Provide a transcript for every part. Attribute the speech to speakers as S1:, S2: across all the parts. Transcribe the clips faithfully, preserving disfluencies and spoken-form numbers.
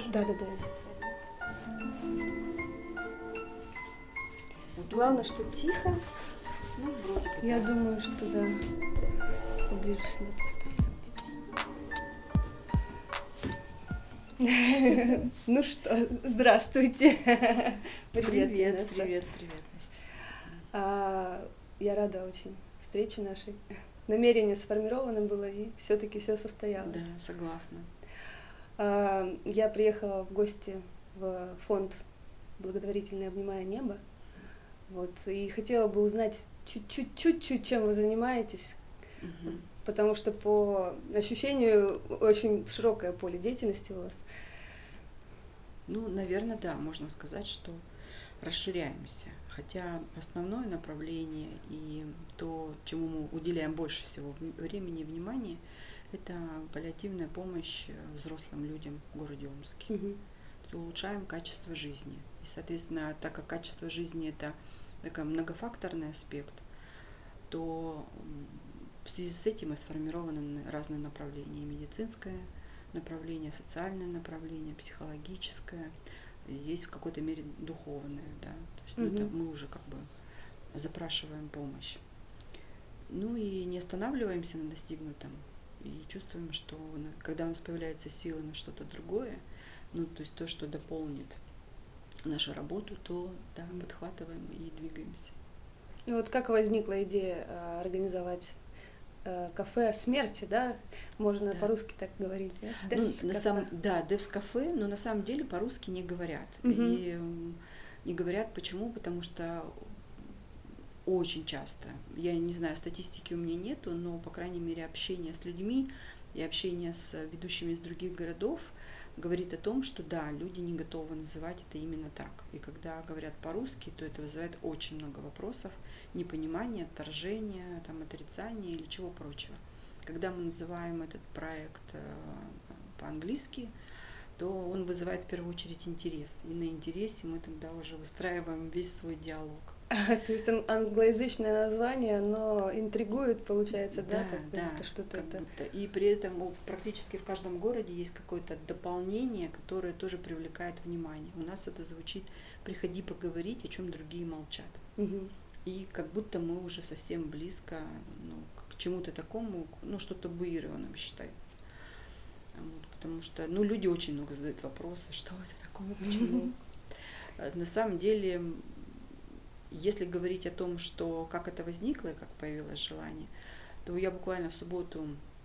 S1: Да, да, да, я сейчас возьму. Главное, что тихо.
S2: Ну, вроде бы.
S1: Я думаю, что да. Поближе сюда поставлю. Ну что, здравствуйте.
S2: Привет, привет, привет,
S1: Настя. Я рада очень встрече нашей. Намерение сформировано было, и все-таки все состоялось.
S2: Да, согласна.
S1: Я приехала в гости в фонд благотворительное «Обнимая небо». Вот, и хотела бы узнать чуть-чуть, чуть-чуть, чем вы занимаетесь,
S2: Угу.
S1: потому что по ощущению очень широкое поле деятельности у вас.
S2: Ну, наверное, да, можно сказать, что расширяемся. Хотя основное направление и то, чему мы уделяем больше всего времени и внимания, это паллиативная помощь взрослым людям в городе Омске.
S1: Угу.
S2: Улучшаем качество жизни. И, соответственно, так как качество жизни – это такой многофакторный аспект, то в связи с этим и сформированы разные направления. Медицинское направление, социальное направление, психологическое, есть в какой-то мере духовное. Да? То есть, ну,
S1: Угу.
S2: это мы уже как бы запрашиваем помощь. Ну и не останавливаемся на достигнутом. И чувствуем, что когда у нас появляются силы на что-то другое, ну, то есть то, что дополнит нашу работу, то да, подхватываем и двигаемся.
S1: Ну вот как возникла идея э, организовать э, кафе смерти, да? Можно
S2: Да.
S1: по-русски так говорить, да?
S2: Ну,
S1: Death
S2: на
S1: кафе.
S2: самом, да, Девс кафе, но на самом деле по-русски не говорят.
S1: Мгм.
S2: И м, не говорят почему? Потому что очень часто, я не знаю, статистики у меня нету, но, по крайней мере, общение с людьми и общение с ведущими из других городов говорит о том, что да, люди не готовы называть это именно так. И когда говорят по-русски, то это вызывает очень много вопросов, непонимания, отторжения, там, отрицания или чего прочего. Когда мы называем этот проект э, по-английски, то он вызывает в первую очередь интерес. И на интересе мы тогда уже выстраиваем весь свой диалог.
S1: То есть ан- англоязычное название, но интригует, получается, да?
S2: Да,
S1: Как
S2: да,
S1: будто что-то
S2: как
S1: это.
S2: будто. И при этом у- практически в каждом городе есть какое-то дополнение, которое тоже привлекает внимание. У нас это звучит «приходи поговорить, о чем другие молчат».
S1: Мгм.
S2: И как будто мы уже совсем близко, ну, к чему-то такому, ну, что-то табуированным считается. Вот, потому что, ну, люди очень много задают вопросы, что это такое, почему. А На самом деле, если говорить о том, что как это возникло и как появилось желание, то я буквально в субботу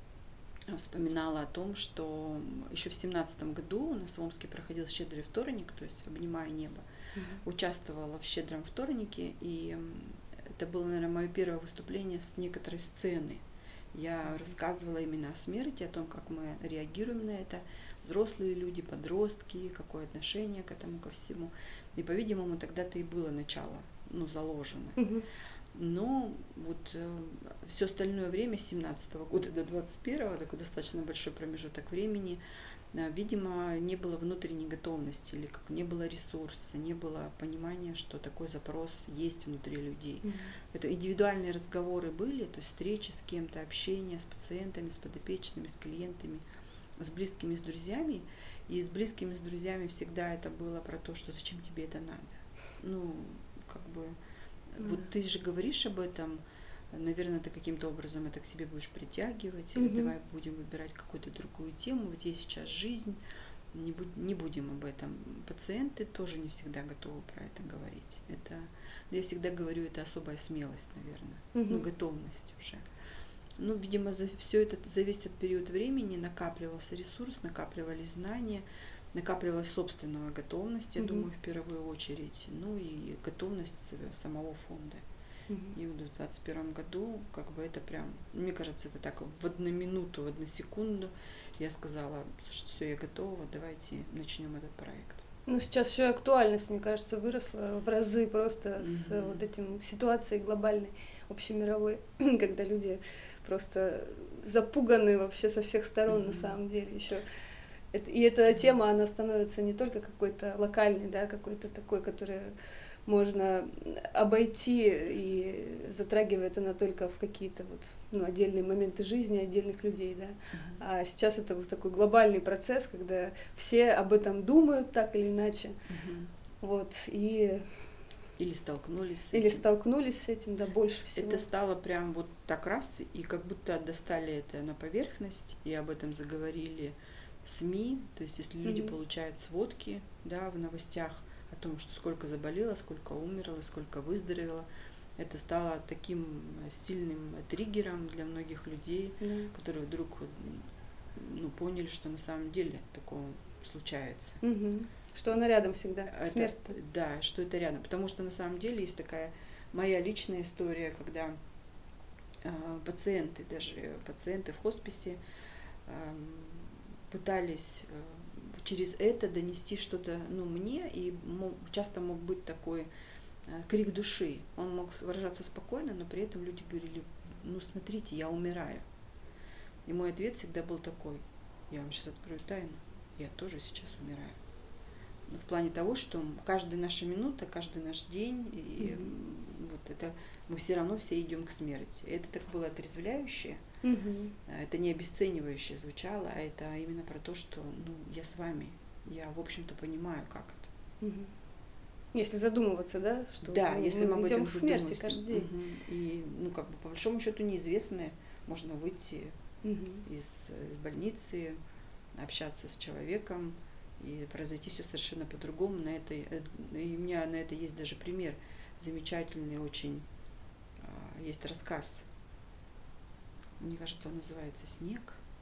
S2: вспоминала о том, что еще в семнадцатом году у нас в Омске проходил щедрый вторник, то есть «Обнимая небо».
S1: Мгм.
S2: Участвовала в щедром вторнике, и это было, наверное, мое первое выступление с некоторой сцены. Я рассказывала именно о смерти, о том, как мы реагируем на это, взрослые люди, подростки, какое отношение к этому, ко всему. И, по-видимому, тогда-то и было начало, ну, заложено.
S1: Мгм.
S2: Но вот э, все остальное время, с семнадцатого года до двадцать первого, такой достаточно большой промежуток времени, э, видимо, не было внутренней готовности, или как не было ресурса, не было понимания, что такой запрос есть внутри людей.
S1: Мгм.
S2: Это индивидуальные разговоры были, то есть встречи с кем-то, общение с пациентами, с подопечными, с клиентами, с близкими, с друзьями. И с близкими, с друзьями всегда это было про то, что зачем тебе это надо. Ну, как бы, вот
S1: Мгм.
S2: ты же говоришь об этом, наверное, ты каким-то образом это к себе будешь притягивать, или
S1: Мгм.
S2: давай будем выбирать какую-то другую тему, вот есть сейчас жизнь, не, будь, не будем об этом. Пациенты тоже не всегда готовы про это говорить. Это, я всегда говорю, это особая смелость, наверное,
S1: Мгм.
S2: ну, готовность уже. Ну, видимо, за все это, за весь этот период времени накапливался ресурс, накапливались знания, накапливалась собственная готовность, я
S1: Мгм.
S2: думаю, в первую очередь, ну и готовность самого фонда.
S1: Мгм.
S2: И вот в двадцать первом году, как бы это прям, мне кажется, это так в одну минуту, в одну секунду я сказала, что все, я готова, давайте начнем этот проект.
S1: Ну, сейчас еще актуальность, мне кажется, выросла в разы просто с
S2: Мгм.
S1: вот этим ситуацией глобальной, общемировой, когда люди просто запуганы вообще со всех сторон на
S2: Мгм.
S1: самом деле еще. И эта тема, она становится не только какой-то локальной, да, какой-то такой, которая можно обойти, и затрагивает она только в какие-то вот, ну, отдельные моменты жизни отдельных людей, да. Mm-hmm. А сейчас это вот такой глобальный процесс, когда все об этом думают так или иначе, mm-hmm. вот, и...
S2: Или столкнулись с
S1: Или
S2: этим.
S1: столкнулись с этим, да, больше всего.
S2: Это стало прям вот так раз, и как будто достали это на поверхность, и об этом заговорили СМИ, то есть если люди mm-hmm. получают сводки, да, в новостях о том, что сколько заболело, сколько умерло, сколько выздоровело, это стало таким сильным триггером для многих людей, mm-hmm. которые вдруг, ну, поняли, что на самом деле такое случается.
S1: Mm-hmm. Что она рядом всегда,
S2: это,
S1: смерть.
S2: Да, что это рядом. Потому что на самом деле есть такая моя личная история, когда э, пациенты, даже пациенты в хосписе, э, пытались э, через это донести что-то, ну, мне, и мог, часто мог быть такой э, крик души. Он мог выражаться спокойно, но при этом люди говорили: ну, смотрите, я умираю. И мой ответ всегда был такой: я вам сейчас открою тайну, я тоже сейчас умираю. В плане того, что каждая наша минута, каждый наш день, и mm-hmm. вот это мы все равно все идем к смерти. Это так было отрезвляюще, mm-hmm. это не обесценивающе звучало, а это именно про то, что, ну, я с вами, я, в общем-то, понимаю, как это.
S1: Mm-hmm. Если задумываться, да, что
S2: да,
S1: мы,
S2: если мы, мы об этом
S1: идем к смерти каждый день.
S2: Mm-hmm. И, ну, как бы, по большому счету, неизвестное, можно выйти mm-hmm. из, из больницы, общаться с человеком, и произойти все совершенно по-другому. На это, и у меня на это есть даже пример замечательный очень. Есть рассказ, мне кажется, он называется «Снег».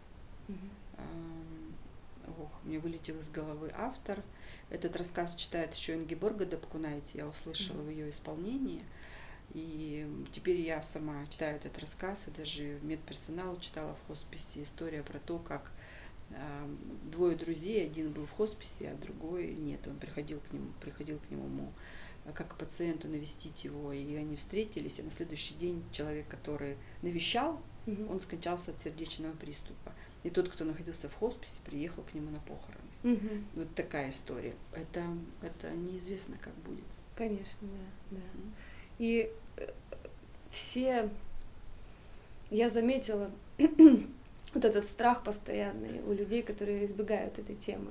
S2: Mm-hmm. Ох, мне вылетел из головы автор. Этот рассказ читает еще Ингеборга Дапкунайте, я услышала mm-hmm. в ее исполнении. И теперь я сама читаю этот рассказ, и даже медперсонал читала в хосписе. История про то, как двое друзей, один был в хосписе, а другой нет. Он приходил к нему, приходил к нему как к пациенту навестить его, и они встретились, и на следующий день человек, который навещал, mm-hmm. он скончался от сердечного приступа. И тот, кто находился в хосписе, приехал к нему на похороны. Mm-hmm. Вот такая история. Это, это неизвестно, как будет.
S1: Конечно, да, да. Mm-hmm. И все, я заметила, вот этот страх постоянный у людей, которые избегают этой темы.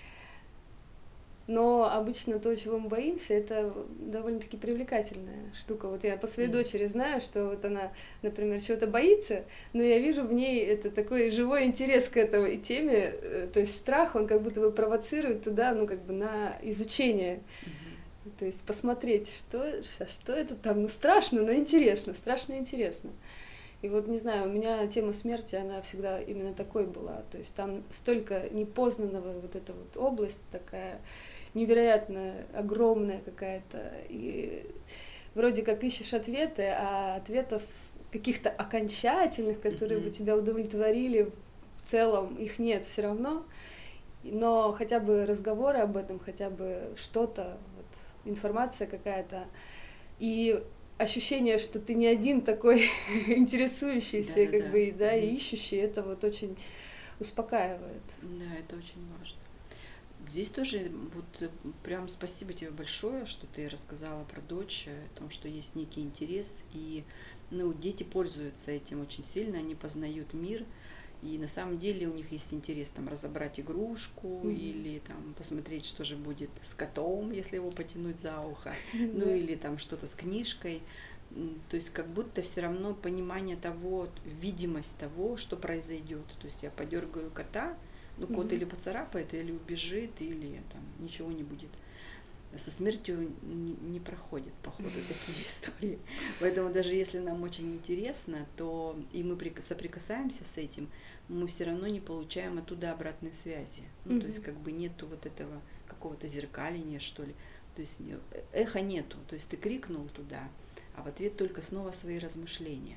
S1: Но обычно то, чего мы боимся, это довольно-таки привлекательная штука. Вот я по своей mm. дочери знаю, что вот она, например, чего-то боится, но я вижу в ней это такой живой интерес к этой теме. То есть страх, он как будто бы провоцирует туда, ну, как бы на изучение. Mm-hmm. То есть посмотреть, что, что это там, ну, страшно, но интересно, страшно и интересно. И вот, не знаю, у меня тема смерти, она всегда именно такой была. То есть там столько непознанного, вот эта вот область такая невероятно огромная какая-то. И вроде как ищешь ответы, а ответов каких-то окончательных, которые mm-hmm. бы тебя удовлетворили, в целом их нет все равно. Но хотя бы разговоры об этом, хотя бы что-то, вот, информация какая-то. И ощущение, что ты не один такой интересующийся, да, как да, бы, да, mm-hmm. и ищущий, это вот очень успокаивает.
S2: Да, это очень важно. Здесь тоже вот прям спасибо тебе большое, что ты рассказала про дочь, о том, что есть некий интерес, и, ну, дети пользуются этим очень сильно, они познают мир, и на самом деле у них есть интерес там разобрать игрушку mm-hmm. или там посмотреть, что же будет с котом, если его потянуть за ухо, mm-hmm. ну или там что-то с книжкой. То есть как будто все равно понимание того, видимость того, что произойдет. То есть я подергаю кота, ну кот mm-hmm. или поцарапает, или убежит, или там ничего не будет. Со смертью не, не проходит, походу, такие истории. Поэтому даже если нам очень интересно, то и мы соприкасаемся с этим, мы все равно не получаем оттуда обратной связи. Ну, mm-hmm. то есть как бы нету вот этого какого-то зеркаления, что ли. То есть эха нету. То есть ты крикнул туда, а в ответ только снова свои размышления.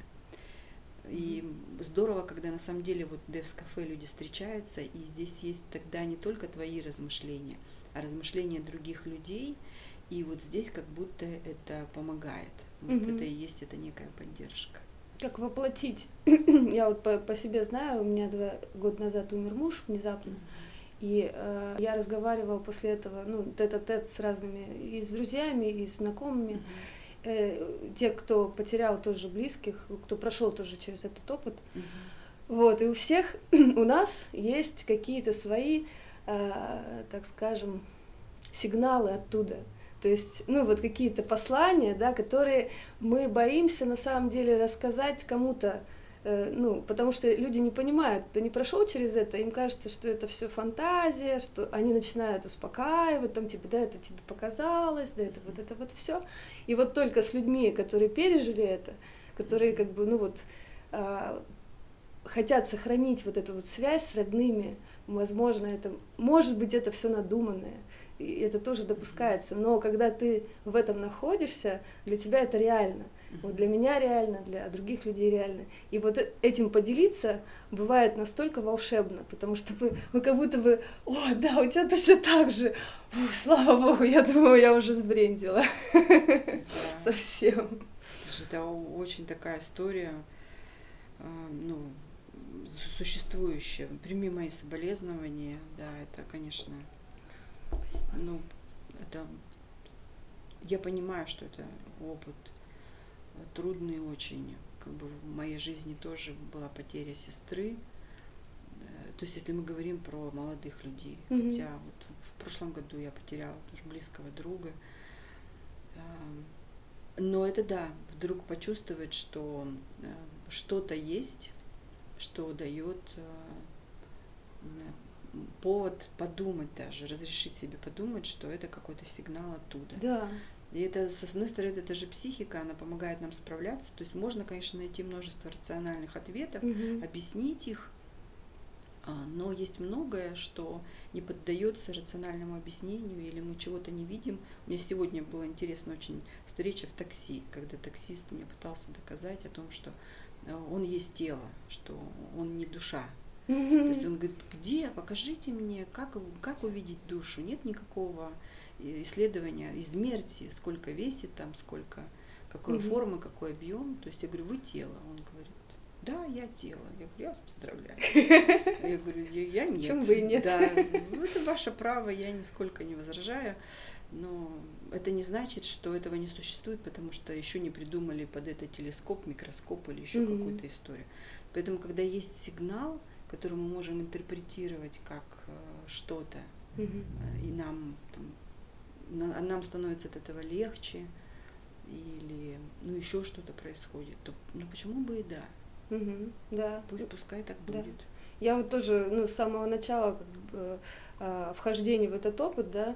S2: И mm-hmm. здорово, когда на самом деле вот в Девс-кафе люди встречаются, и здесь есть тогда не только твои размышления, а размышления других людей, и вот здесь как будто это помогает. Вот mm-hmm. это и есть эта некая поддержка.
S1: Как воплотить? Я вот по, по себе знаю, у меня два года назад умер муж внезапно, mm-hmm. И э, я разговаривала после этого, ну, тет-а-тет с разными, и с друзьями, и с знакомыми, mm-hmm. э, те, кто потерял тоже близких, кто прошел тоже через этот опыт. Mm-hmm. Вот, и у всех, у нас есть какие-то свои, э, так скажем, сигналы оттуда. То есть, ну, вот какие-то послания, да, которые мы боимся на самом деле рассказать кому-то, э, ну, потому что люди не понимают, кто не прошел через это, им кажется, что это все фантазия, что они начинают успокаивать, там, типа, да, это тебе показалось, да, это вот это вот все. И вот только с людьми, которые пережили это, которые, как бы, ну, вот, э, хотят сохранить вот эту вот связь с родными, возможно, это, может быть, это все надуманное, и это тоже допускается, но когда ты в этом находишься, для тебя это реально. Вот для меня реально, для других людей реально. И вот этим поделиться бывает настолько волшебно, потому что вы, вы как будто бы, о, да, у тебя-то все так же. Фу, слава богу, я думаю, я уже сбрендила. Да. Совсем.
S2: Это очень такая история, ну, существующая. Прими мои соболезнования, да, это, конечно,
S1: Спасибо.
S2: Ну, это, я понимаю, что это опыт трудный очень. Как бы в моей жизни тоже была потеря сестры. То есть, если мы говорим про молодых людей, mm-hmm. хотя вот в прошлом году я потеряла тоже близкого друга. Но это да, вдруг почувствовать, что что-то есть, что дает повод подумать даже, разрешить себе подумать, что это какой-то сигнал оттуда.
S1: Да.
S2: И это, с одной стороны, это же психика, она помогает нам справляться. То есть можно, конечно, найти множество рациональных ответов, угу. объяснить их, но есть многое, что не поддается рациональному объяснению, или мы чего-то не видим. У меня сегодня была интересная очень встреча в такси, когда таксист мне пытался доказать о том, что он есть тело, что он не душа. Mm-hmm. То есть он говорит, где, покажите мне, как, как увидеть душу. Нет никакого исследования, измерьте, сколько весит там, сколько, какой mm-hmm. формы, какой объем. То есть я говорю, вы тело. Он говорит, да, я тело. Я говорю, я вас поздравляю. Я говорю, я нет.
S1: Почему вы нет?
S2: Да, это ваше право, я нисколько не возражаю. Но это не значит, что этого не существует, потому что еще не придумали под это телескоп, микроскоп или еще mm-hmm. какую-то историю. Поэтому, когда есть сигнал, который мы можем интерпретировать как э, что-то, mm-hmm. э, и нам, там, на, нам становится от этого легче, или ну, еще что-то происходит, то ну, почему бы и да?
S1: Mm-hmm. Да.
S2: Пусть, пускай так
S1: да.
S2: будет.
S1: Я вот тоже ну, с самого начала как бы, э, вхождения в этот опыт, да,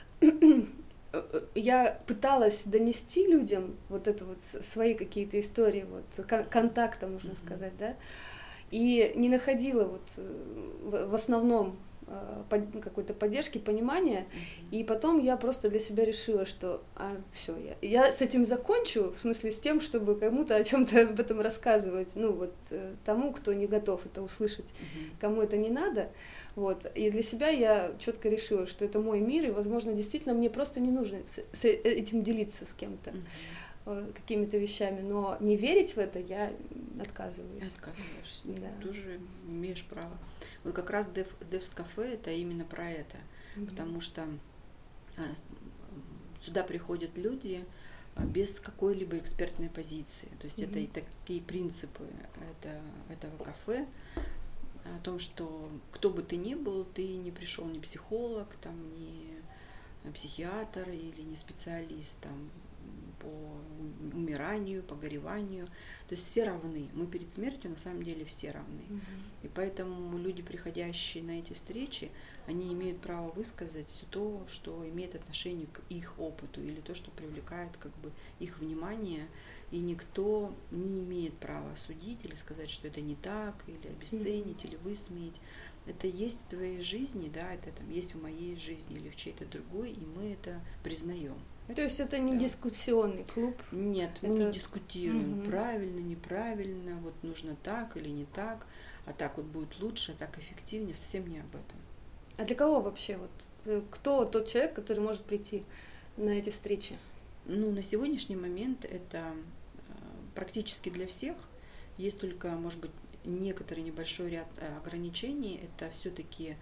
S1: я пыталась донести людям вот это вот свои какие-то истории, вот контакта, можно mm-hmm. сказать, да, и не находила вот в основном какой-то поддержки, понимания, mm-hmm. и потом я просто для себя решила, что а, все, я, я с этим закончу, в смысле с тем, чтобы кому-то о чем-то об этом рассказывать, ну вот тому, кто не готов это услышать, mm-hmm. кому это не надо, вот, и для себя я четко решила, что это мой мир, и, возможно, действительно мне просто не нужно с, с этим делиться с кем-то. Mm-hmm. какими-то вещами, но не верить в это я отказываюсь.
S2: Отказываешься.
S1: Да.
S2: Ты тоже имеешь право. Вот как раз Девс кафе это именно про это, mm-hmm. потому что а, сюда приходят люди а, без какой-либо экспертной позиции. То есть mm-hmm. это и такие принципы это, этого кафе, о том, что кто бы ты ни был, ты не пришел ни психолог, там, ни психиатр или не специалист там, по умиранию, по гореванию. То есть все равны. Мы перед смертью на самом деле все равны. Mm-hmm. И поэтому люди, приходящие на эти встречи, они имеют право высказать все то, что имеет отношение к их опыту или то, что привлекает как бы их внимание. И никто не имеет права осудить или сказать, что это не так, или обесценить, mm-hmm. или высмеять. Это есть в твоей жизни, да, это там есть в моей жизни или в чьей-то другой, и мы это признаем.
S1: То есть это не да. дискуссионный клуб?
S2: Нет,
S1: это...
S2: мы не дискутируем,
S1: угу.
S2: правильно, неправильно, вот нужно так или не так, а так вот будет лучше, а так эффективнее, совсем не об этом.
S1: А для кого вообще? Вот, кто тот человек, который может прийти на эти встречи?
S2: Ну, на сегодняшний момент это практически для всех. Есть только, может быть, некоторый небольшой ряд ограничений. Это все-таки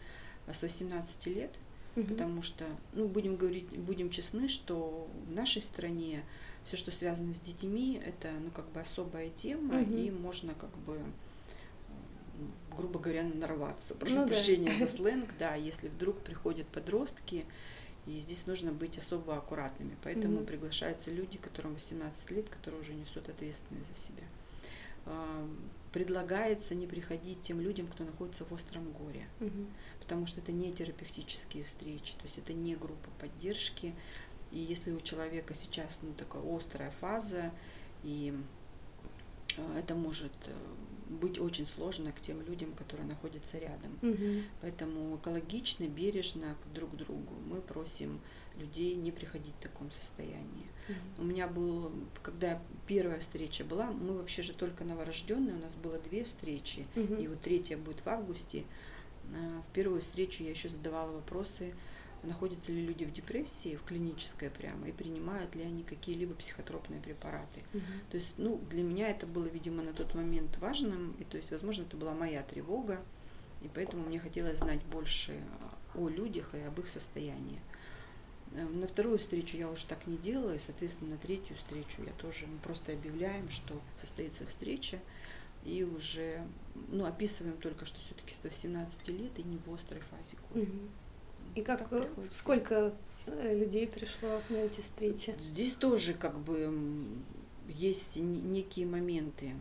S2: с восемнадцати лет,
S1: Мгм.
S2: потому что, ну, будем говорить, будем честны, что в нашей стране все, что связано с детьми, это, ну, как бы особая тема,
S1: Мгм.
S2: и можно, как бы, ну, грубо говоря, нарваться. Прошу
S1: Ну да.
S2: прощения за сленг, да, если вдруг приходят подростки, и здесь нужно быть особо аккуратными. Поэтому
S1: Мгм.
S2: приглашаются люди, которым восемнадцать лет, которые уже несут ответственность за себя. А, Предлагается не приходить тем людям, кто находится в остром горе,
S1: Мгм.
S2: потому что это не терапевтические встречи, то есть это не группа поддержки. И если у человека сейчас, ну, такая острая фаза, и э, это может э, быть очень сложно к тем людям, которые находятся рядом.
S1: Мгм.
S2: Поэтому экологично, бережно к друг другу мы просим людей не приходить в таком состоянии.
S1: Мгм.
S2: У меня был, когда первая встреча была, мы вообще же только новорожденные, у нас было две встречи,
S1: Мгм.
S2: и вот третья будет в августе. А, В первую встречу я еще задавала вопросы, находятся ли люди в депрессии, в клинической прямо, и принимают ли они какие-либо психотропные препараты.
S1: Мгм.
S2: То есть, ну, для меня это было, видимо, на тот момент важным, и то есть, возможно, это была моя тревога, и поэтому мне хотелось знать больше о людях и об их состоянии. Э, На вторую встречу я уже так не делала, и, соответственно, на третью встречу я тоже, мы просто объявляем, что состоится встреча, и уже, ну, описываем только, что все-таки с восемнадцати лет и не в острой фазе горя.
S1: Мгм. И как,
S2: Так
S1: э,
S2: приходится.
S1: сколько э, людей пришло на эти встречи?
S2: Здесь тоже как бы м, есть не- некие моменты.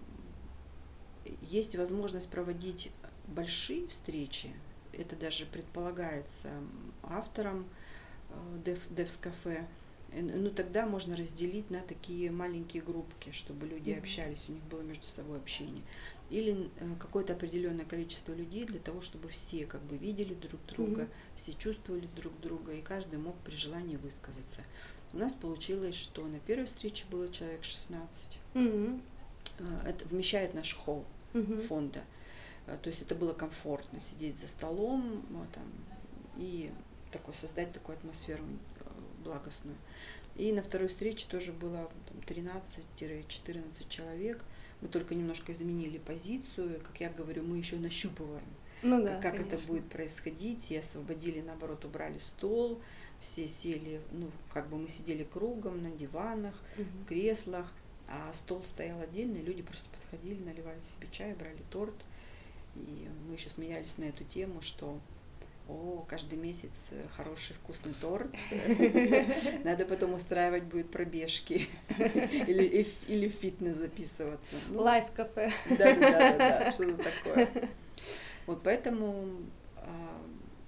S2: Есть возможность проводить большие встречи. Это даже предполагается автором Devs Cafe. Ну, тогда можно разделить на такие маленькие группки, чтобы люди
S1: Мгм.
S2: общались, у них было между собой общение. Или э, какое-то определенное количество людей для того, чтобы все как бы видели друг друга,
S1: Мгм.
S2: все чувствовали друг друга, и каждый мог при желании высказаться. У нас получилось, что на первой встрече было человек шестнадцать.
S1: Мгм.
S2: Э, Это вмещает наш холл
S1: Мгм.
S2: фонда. Э, То есть это было комфортно сидеть за столом вот, там, и такой, создать такую атмосферу э, благостную. И на второй встрече тоже было там, тринадцать-четырнадцать человек. Мы только немножко изменили позицию. Как я говорю, мы еще нащупываем,
S1: Ну
S2: как,
S1: да,
S2: как это
S1: конечно.
S2: будет происходить. И освободили, наоборот, убрали стол. Все сели, ну, как бы мы сидели кругом на диванах,
S1: Мгм.
S2: в креслах, а стол стоял отдельно, и люди просто подходили, наливали себе чай, брали торт. И мы еще смеялись на эту тему, что о, каждый месяц хороший вкусный торт. Надо потом устраивать будет пробежки или, или в фитнес записываться. Ну,
S1: Лайв-кафе.
S2: да, да, да, да, да, что-то такое. Вот поэтому а,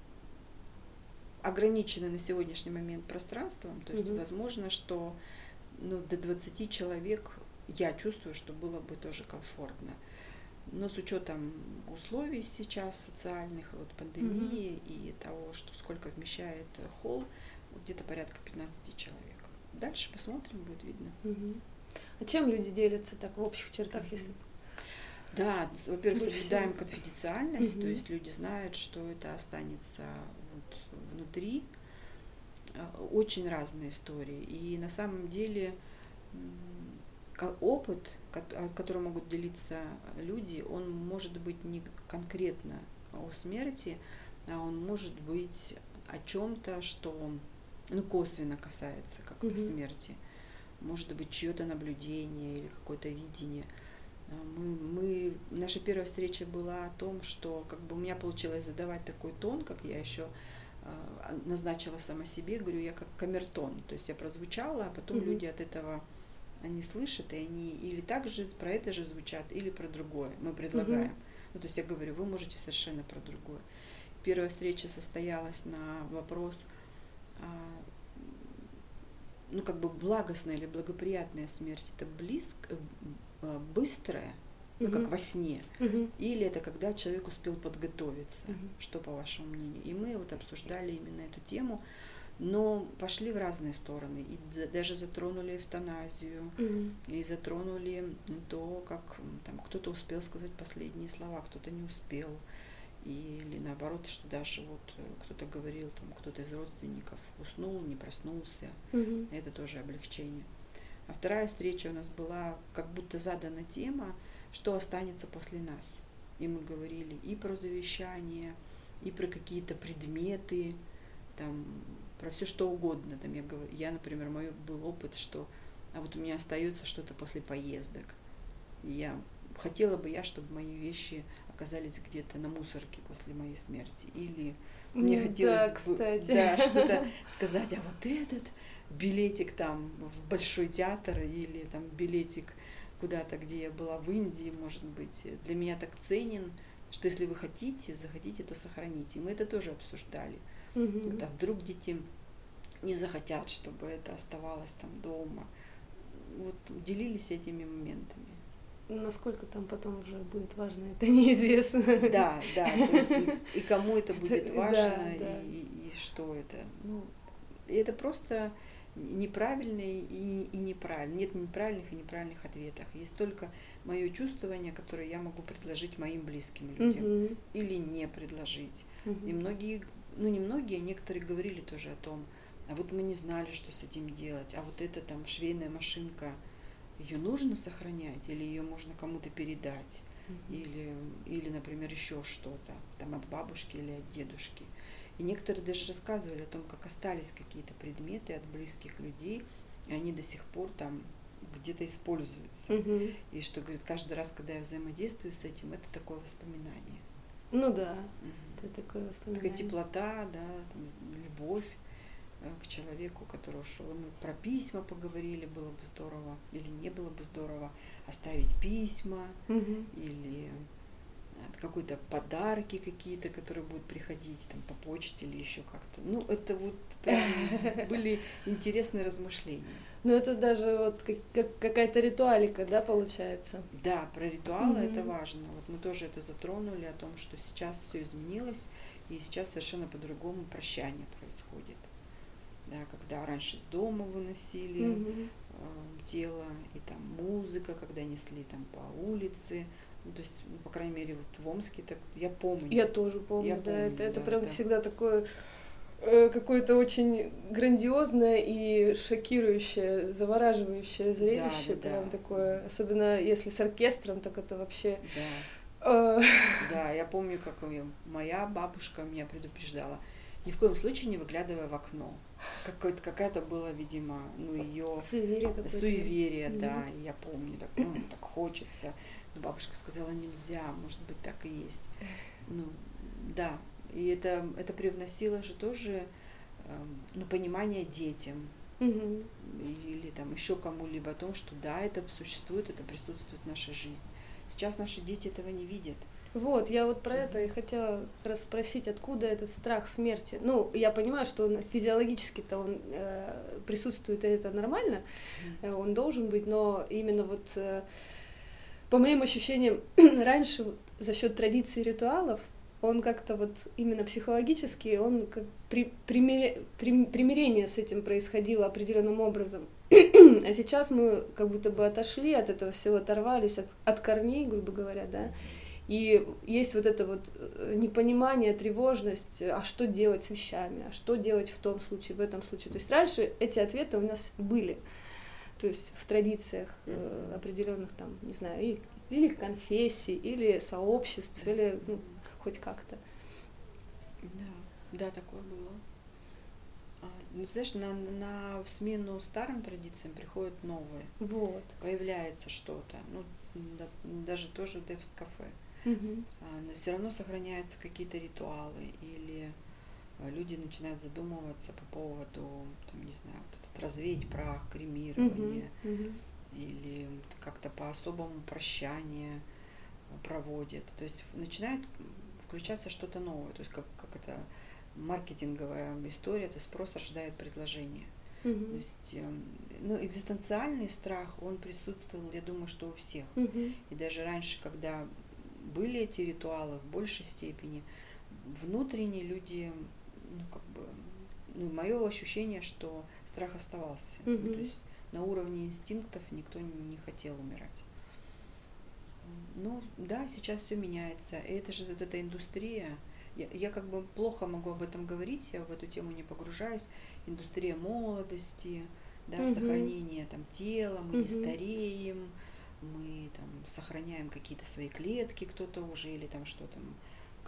S2: ограничено на сегодняшний момент пространством, то есть
S1: Мгм.
S2: возможно, что ну, до двадцати человек я чувствую, что было бы тоже комфортно. Но с учетом условий сейчас социальных, вот пандемии
S1: Мгм.
S2: и того, что сколько вмещает холл, вот где-то порядка пятнадцати человек. Дальше посмотрим, будет видно.
S1: Мгм. А чем люди делятся так в общих чертах, если
S2: Да, с- во-первых,
S1: больше
S2: соблюдаем
S1: всего?
S2: конфиденциальность, то
S1: Мгм.
S2: есть люди знают, что это останется вот внутри. А, Очень разные истории. И на самом деле м, ко- опыт, кот- а, которым могут делиться люди, он может быть не конкретно о смерти, а он может быть о чем-то, что ну, косвенно касается как-то
S1: Мгм.
S2: смерти. Может быть, чье-то наблюдение или какое-то видение. А, Мы, мы, наша первая встреча была о том, что как бы у меня получилось задавать такой тон, как я еще а, назначила сама себе, говорю, я как камертон, то есть я прозвучала, а потом
S1: Мгм.
S2: люди от этого, они слышат, и они или так же про это же звучат, или про другое, мы
S1: Мгм.
S2: предлагаем. Ну, то есть я говорю, вы можете совершенно про другое. Первая встреча состоялась на вопрос, а, ну, как бы благостная или благоприятная смерть, это близко, э, быстрая, ну, как
S1: Мгм.
S2: во сне,
S1: Мгм.
S2: или это когда человек успел подготовиться,
S1: Мгм.
S2: что по вашему мнению. И мы вот обсуждали именно эту тему, но пошли в разные стороны, и за- даже затронули эвтаназию,
S1: Мгм.
S2: и затронули то, как м, там кто-то успел сказать последние слова, кто-то не успел, или наоборот, что даже вот э, кто-то говорил, там кто-то из родственников уснул, не проснулся,
S1: Мгм.
S2: это тоже облегчение. А вторая встреча у нас была, как будто задана тема, что останется после нас. И мы говорили и про завещание, и про какие-то предметы, там, про все что угодно. Там я, говорю, я, например, мой был опыт, что а вот у меня остается что-то после поездок. И я хотела бы я, чтобы мои вещи оказались где-то на мусорке после моей смерти. Или мне
S1: Ну,
S2: хотелось
S1: да,
S2: бы
S1: кстати.
S2: да, что-то сказать, а вот этот билетик там в Большой театр или там билетик куда-то, где я была в Индии, может быть, для меня так ценен, что если вы хотите, захотите, то сохраните. Мы это тоже обсуждали.
S1: Мгм.
S2: Вот, а вдруг дети не захотят, чтобы это оставалось там дома. Вот делились этими моментами.
S1: Насколько там потом уже будет важно, это неизвестно.
S2: Да, да, то есть и, и кому это будет
S1: Это-
S2: важно,
S1: да, да.
S2: и, и, и что это. Ну, и это просто неправильно и, и неправильно. Нет неправильных и неправильных ответов. Есть только мое чувствование, которое я могу предложить моим близким людям
S1: Мгм.
S2: или не предложить.
S1: Мгм.
S2: И многие, ну не многие, некоторые говорили тоже о том, а вот мы не знали, что с этим делать, а вот эта там швейная машинка, ее нужно сохранять или ее можно кому-то передать,
S1: Мгм.
S2: или, или, например, еще что-то там от бабушки или от дедушки. И некоторые даже рассказывали о том, как остались какие-то предметы от близких людей, и они до сих пор там где-то используются.
S1: Мгм.
S2: И что, говорит, каждый раз, когда я взаимодействую с этим, это такое воспоминание.
S1: Ну да,
S2: Мгм.
S1: это такое
S2: Такая
S1: воспоминание.
S2: теплота, да, там, любовь э, к человеку, который ушел. И мы про письма поговорили, было бы здорово, или не было бы здорово оставить письма,
S1: Мгм.
S2: или э, какие-то подарки какие-то, которые будут приходить там по почте или еще как-то. Ну, это вот прям были интересные размышления.
S1: Ну это даже вот как, как- какая-то ритуалика, да, получается?
S2: Да, про ритуалы это
S1: Мгм.
S2: важно. Вот мы тоже это затронули, о том, что сейчас все изменилось, и сейчас совершенно по-другому прощание происходит. Да, когда раньше из дома выносили
S1: Мгм.
S2: э, тело, и там музыка, когда несли там по улице. Ну, то есть, ну, по крайней мере, вот в Омске так я помню.
S1: Я тоже помню,
S2: Я
S1: да,
S2: помню,
S1: это, это
S2: да,
S1: прям
S2: это-
S1: всегда такое э, какое-то очень грандиозное и шокирующее, завораживающее зрелище,
S2: да, да,
S1: прям
S2: да.
S1: такое, особенно если с оркестром, так это вообще...
S2: Да,
S1: э,
S2: да, я помню, как у меня- моя бабушка меня предупреждала. Ни в коем случае не выглядывая в окно. Какое-то, какая-то была, видимо, ну, ее
S1: Суеверие какое-то.
S2: суеверие,
S1: Мгм.
S2: да, и я помню, так, ну, так хочется. Но бабушка сказала, нельзя, может быть, так и есть. Ну, да, и это, это привносило же тоже эм, ну, понимание детям
S1: Мгм.
S2: или там еще кому-либо о том, что да, это существует, это присутствует в нашей жизни. Сейчас наши дети этого не видят.
S1: Вот, я вот про это и
S2: Мгм.
S1: хотела как раз спросить, откуда этот страх смерти. Ну, я понимаю, что он физиологически-то он э, присутствует, и это нормально, э, он должен быть, но именно вот э, по моим ощущениям, раньше вот за счет традиций и ритуалов он как-то вот именно психологически, он как при, примире- при- примирение с этим происходило определенным образом. А сейчас мы как будто бы отошли от этого всего, оторвались от, от корней, грубо говоря, да. И есть вот это вот э, непонимание, тревожность, а что делать с вещами, а что делать в том случае, в этом случае. То есть раньше эти ответы у нас были, то есть в традициях э,
S2: Мгм.
S1: определенных там, не знаю, и- или конфессий, или сообществ,
S2: Да.
S1: или ну, хоть как-то.
S2: Да, да, такое было. А, ну, знаешь, на, на смену старым традициям приходят новые.
S1: Вот.
S2: Появляется что-то. Ну, да, даже тоже Девс-кафе.
S1: Мгм.
S2: А, но все равно сохраняются какие-то ритуалы. Или а, люди начинают задумываться по поводу, там, не знаю, вот этот развеять прах,
S1: Мгм.
S2: кремирование.
S1: Мгм.
S2: Или как-то по-особому прощание проводят. То есть начинает включаться что-то новое. То есть как, как это маркетинговая история, то есть спрос рождает предложение. То
S1: Мгм.
S2: есть, эм, ну, экзистенциальный страх, он присутствовал, я думаю, что у всех.
S1: Мгм.
S2: И даже раньше, когда были эти ритуалы в большей степени, внутренне люди, ну, как бы, ну, мое ощущение, что страх оставался. Ну, то
S1: Мгм.
S2: есть на уровне инстинктов никто не хотел умирать. Ну, да, сейчас все меняется. И это же вот эта индустрия. Я, я как бы плохо могу об этом говорить, я в эту тему не погружаюсь. Индустрия молодости, да,
S1: Мгм.
S2: сохранение там тела, мы не
S1: Мгм.
S2: стареем, мы там сохраняем какие-то свои клетки, кто-то уже, или там что там,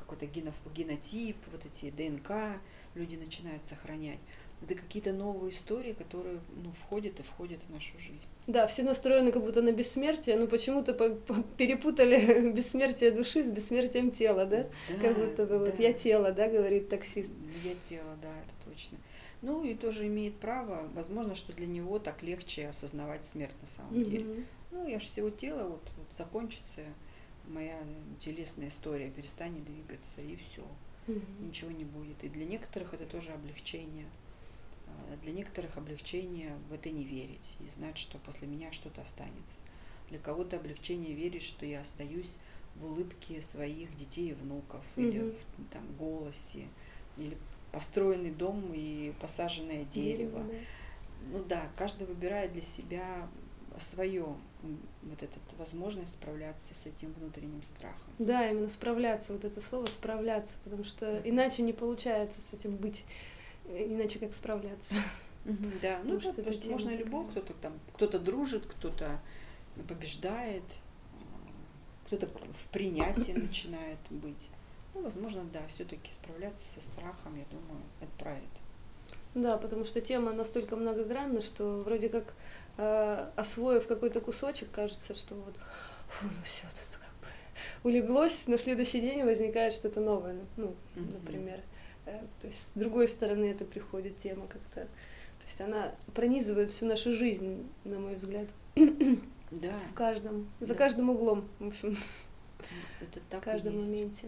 S2: какой-то генов, генотип, вот эти ДНК люди начинают сохранять. Это какие-то новые истории, которые ну, входят и входят в нашу жизнь.
S1: Да, все настроены как будто на бессмертие, но почему-то по- по- перепутали бессмертие души с бессмертием тела, да?
S2: Да,
S1: Как будто бы вот
S2: да.
S1: я тело, да, говорит таксист.
S2: Я тело, да, это точно. Ну и тоже имеет право, возможно, что для него так легче осознавать смерть на самом
S1: Мгм.
S2: деле. Ну, я же всего тела, вот, вот закончится моя телесная история, перестанет двигаться, и все,
S1: Мгм.
S2: ничего не будет. И для некоторых это тоже облегчение. А для некоторых облегчение в это не верить и знать, что после меня что-то останется. Для кого-то облегчение верить, что я остаюсь в улыбке своих детей и внуков, или
S1: Мгм.
S2: в там, голосе, или построенный дом и посаженное дерево.
S1: Дерево, да.
S2: Ну да, каждый выбирает для себя свое, вот эту возможность справляться с этим внутренним страхом.
S1: Да, именно справляться, вот это слово справляться, потому что иначе не получается с этим быть, э, иначе как справляться.
S2: Мгм, да, ну
S1: Потому что
S2: да,
S1: эта
S2: просто
S1: тема
S2: можно
S1: такая.
S2: любовь, кто-то там, кто-то дружит, кто-то побеждает, а, кто-то в принятии начинает быть. Ну, возможно, да, все-таки справляться со страхом, я думаю, это про это.
S1: Да, потому что тема настолько многогранна, что вроде как э, освоив какой-то кусочек, кажется, что вот, фу, ну все, тут как бы улеглось, на следующий день возникает что-то новое, ну, ну,
S2: Мгм.
S1: например. Э, то есть с другой стороны это приходит тема как-то, то есть она пронизывает всю нашу жизнь, на мой взгляд,
S2: Да,
S1: в каждом, за
S2: Да.
S1: каждым углом, в общем,
S2: это
S1: в
S2: так и
S1: каждом
S2: есть.
S1: моменте.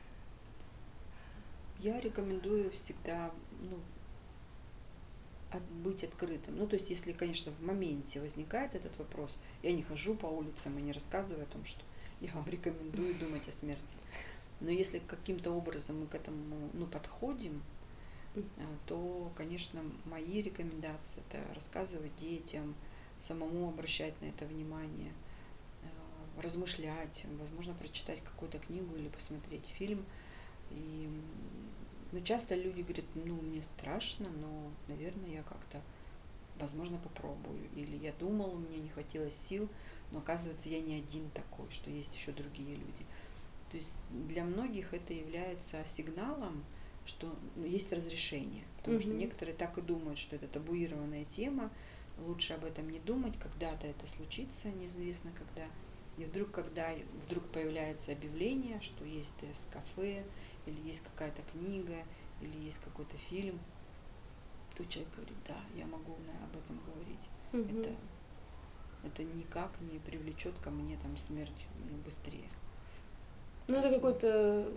S2: Я рекомендую всегда, ну, от- быть открытым. Ну, то есть, если, конечно, в моменте возникает этот вопрос, я не хожу по улицам и не рассказываю о том, что я вам рекомендую думать о смерти. Но если каким-то образом мы к этому ну, подходим,
S1: Мгм.
S2: а, то, конечно, мои рекомендации это рассказывать детям, самому обращать на это внимание, а, размышлять, возможно, прочитать какую-то книгу или посмотреть фильм. И м, ну, часто люди говорят, ну, мне страшно, но, наверное, я как-то, возможно, попробую. Или я думал, у меня не хватило сил, но оказывается, я не один такой, что есть еще другие люди. То есть для многих это является сигналом, что ну, есть разрешение. Потому что
S1: Мгм.
S2: некоторые так и думают, что это табуированная тема, лучше об этом не думать, когда-то это случится, неизвестно когда. И вдруг, когда вдруг появляется объявление, что есть кафе, или есть какая-то книга, или есть какой-то фильм, то человек говорит, да, я могу на- об этом говорить.
S1: Мгм.
S2: Это, это никак не привлечет ко мне там смерть ну, быстрее.
S1: Ну, это какой-то э,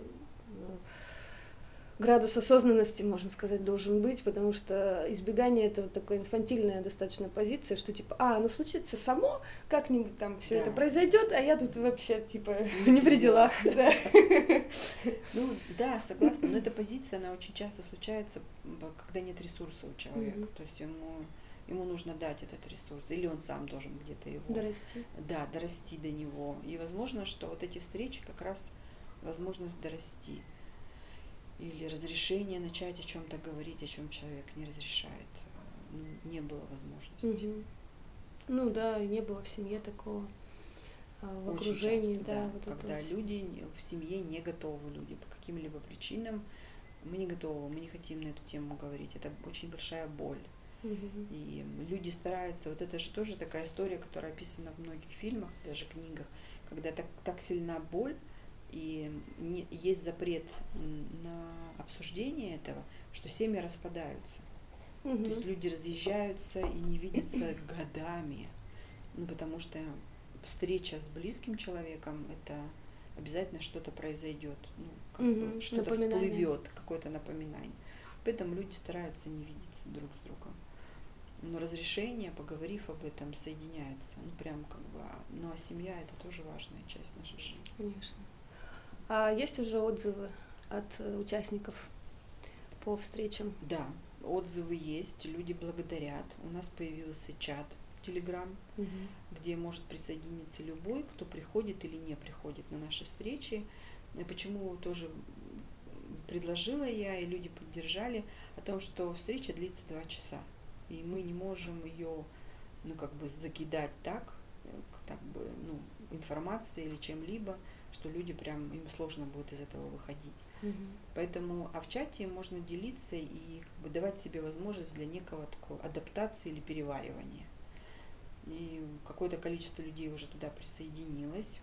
S1: градус осознанности, можно сказать, должен быть, потому что избегание это вот такая инфантильная достаточно позиция, что типа, а, ну случится само, как-нибудь там все
S2: Да.
S1: это произойдет, а я тут вообще типа
S2: Не
S1: не при делах. Да.
S2: Ну да, согласна, но эта позиция, она очень часто случается, м, когда нет ресурса у человека,
S1: Мгм.
S2: то есть ему, ему нужно дать этот ресурс, или он сам должен где-то его,
S1: Дорасти.
S2: да, дорасти до него. И возможно, что вот эти встречи как раз возможность дорасти или разрешение начать о чем-то говорить, о чем человек не разрешает, э, ну, не было возможности.
S1: Мгм. Ну да, и не было в семье такого, а, в
S2: Очень
S1: окружении,
S2: часто,
S1: да,
S2: да,
S1: вот
S2: когда
S1: этого всего.
S2: люди не- в семье не готовы, люди по каким-либо причинам, мы не готовы, мы не хотим на эту тему говорить. Это очень большая боль.
S1: Мгм.
S2: И люди стараются, вот это же тоже такая история, которая описана в многих фильмах, даже книгах, когда так, так сильна боль, и не, есть запрет м, на обсуждение этого, что семьи распадаются. То
S1: Мгм.
S2: есть люди разъезжаются и не видятся годами. Ну, потому что встреча с близким человеком, это обязательно что-то произойдет, ну, как
S1: Мгм.
S2: бы что-то
S1: Напоминание.
S2: всплывет, какое-то напоминание. Поэтому люди стараются не видеться друг с другом. Но разрешение, поговорив об этом, соединяются. Ну, прям как бы, а- ну, а семья это тоже важная часть нашей жизни.
S1: Конечно. А есть уже отзывы от э, участников по встречам?
S2: Да, отзывы есть, люди благодарят. У нас появился чат Telegram,
S1: Мгм.
S2: где может присоединиться любой, кто приходит или не приходит на наши встречи. И почему тоже предложила я, и люди поддержали, о том, что встреча длится два часа. И мы не можем ее, ну, как бы закидать так, э, как бы, ну, информацией или чем-либо, что люди прям, им сложно будет из этого выходить.
S1: Угу.
S2: Поэтому, а в чате можно делиться и как бы давать себе возможность для некого такой адаптации или переваривания. И какое-то количество людей уже туда присоединилось,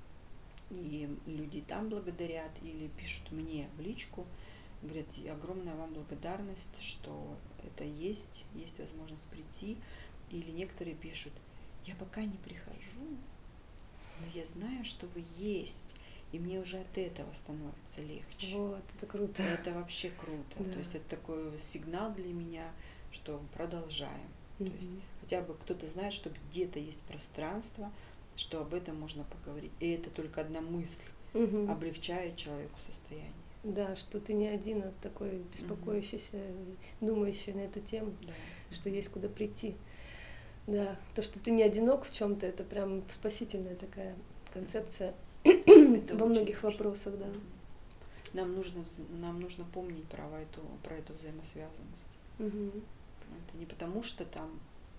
S2: и люди там благодарят или пишут мне в личку, говорят, огромная вам благодарность, что это есть, есть возможность прийти. Или некоторые пишут, я пока не прихожу, но я знаю, что вы есть, и мне уже от этого становится легче.
S1: Вот, это круто.
S2: Это вообще круто.
S1: Да.
S2: То есть это такой сигнал для меня, что продолжаем.
S1: Угу.
S2: То есть хотя бы кто-то знает, что где-то есть пространство, что об этом можно поговорить. И это только одна мысль
S1: угу.
S2: облегчает человеку состояние.
S1: Да, что ты не один, а такой беспокоящийся, угу. думающий на эту тему,
S2: да.
S1: что есть куда прийти. Да, то, что ты не одинок в чем-то, это прям спасительная такая концепция
S2: это
S1: во многих
S2: важно.
S1: вопросах, да.
S2: Нам нужно, нам нужно помнить про эту, про эту взаимосвязанность.
S1: Угу.
S2: Это не потому, что там,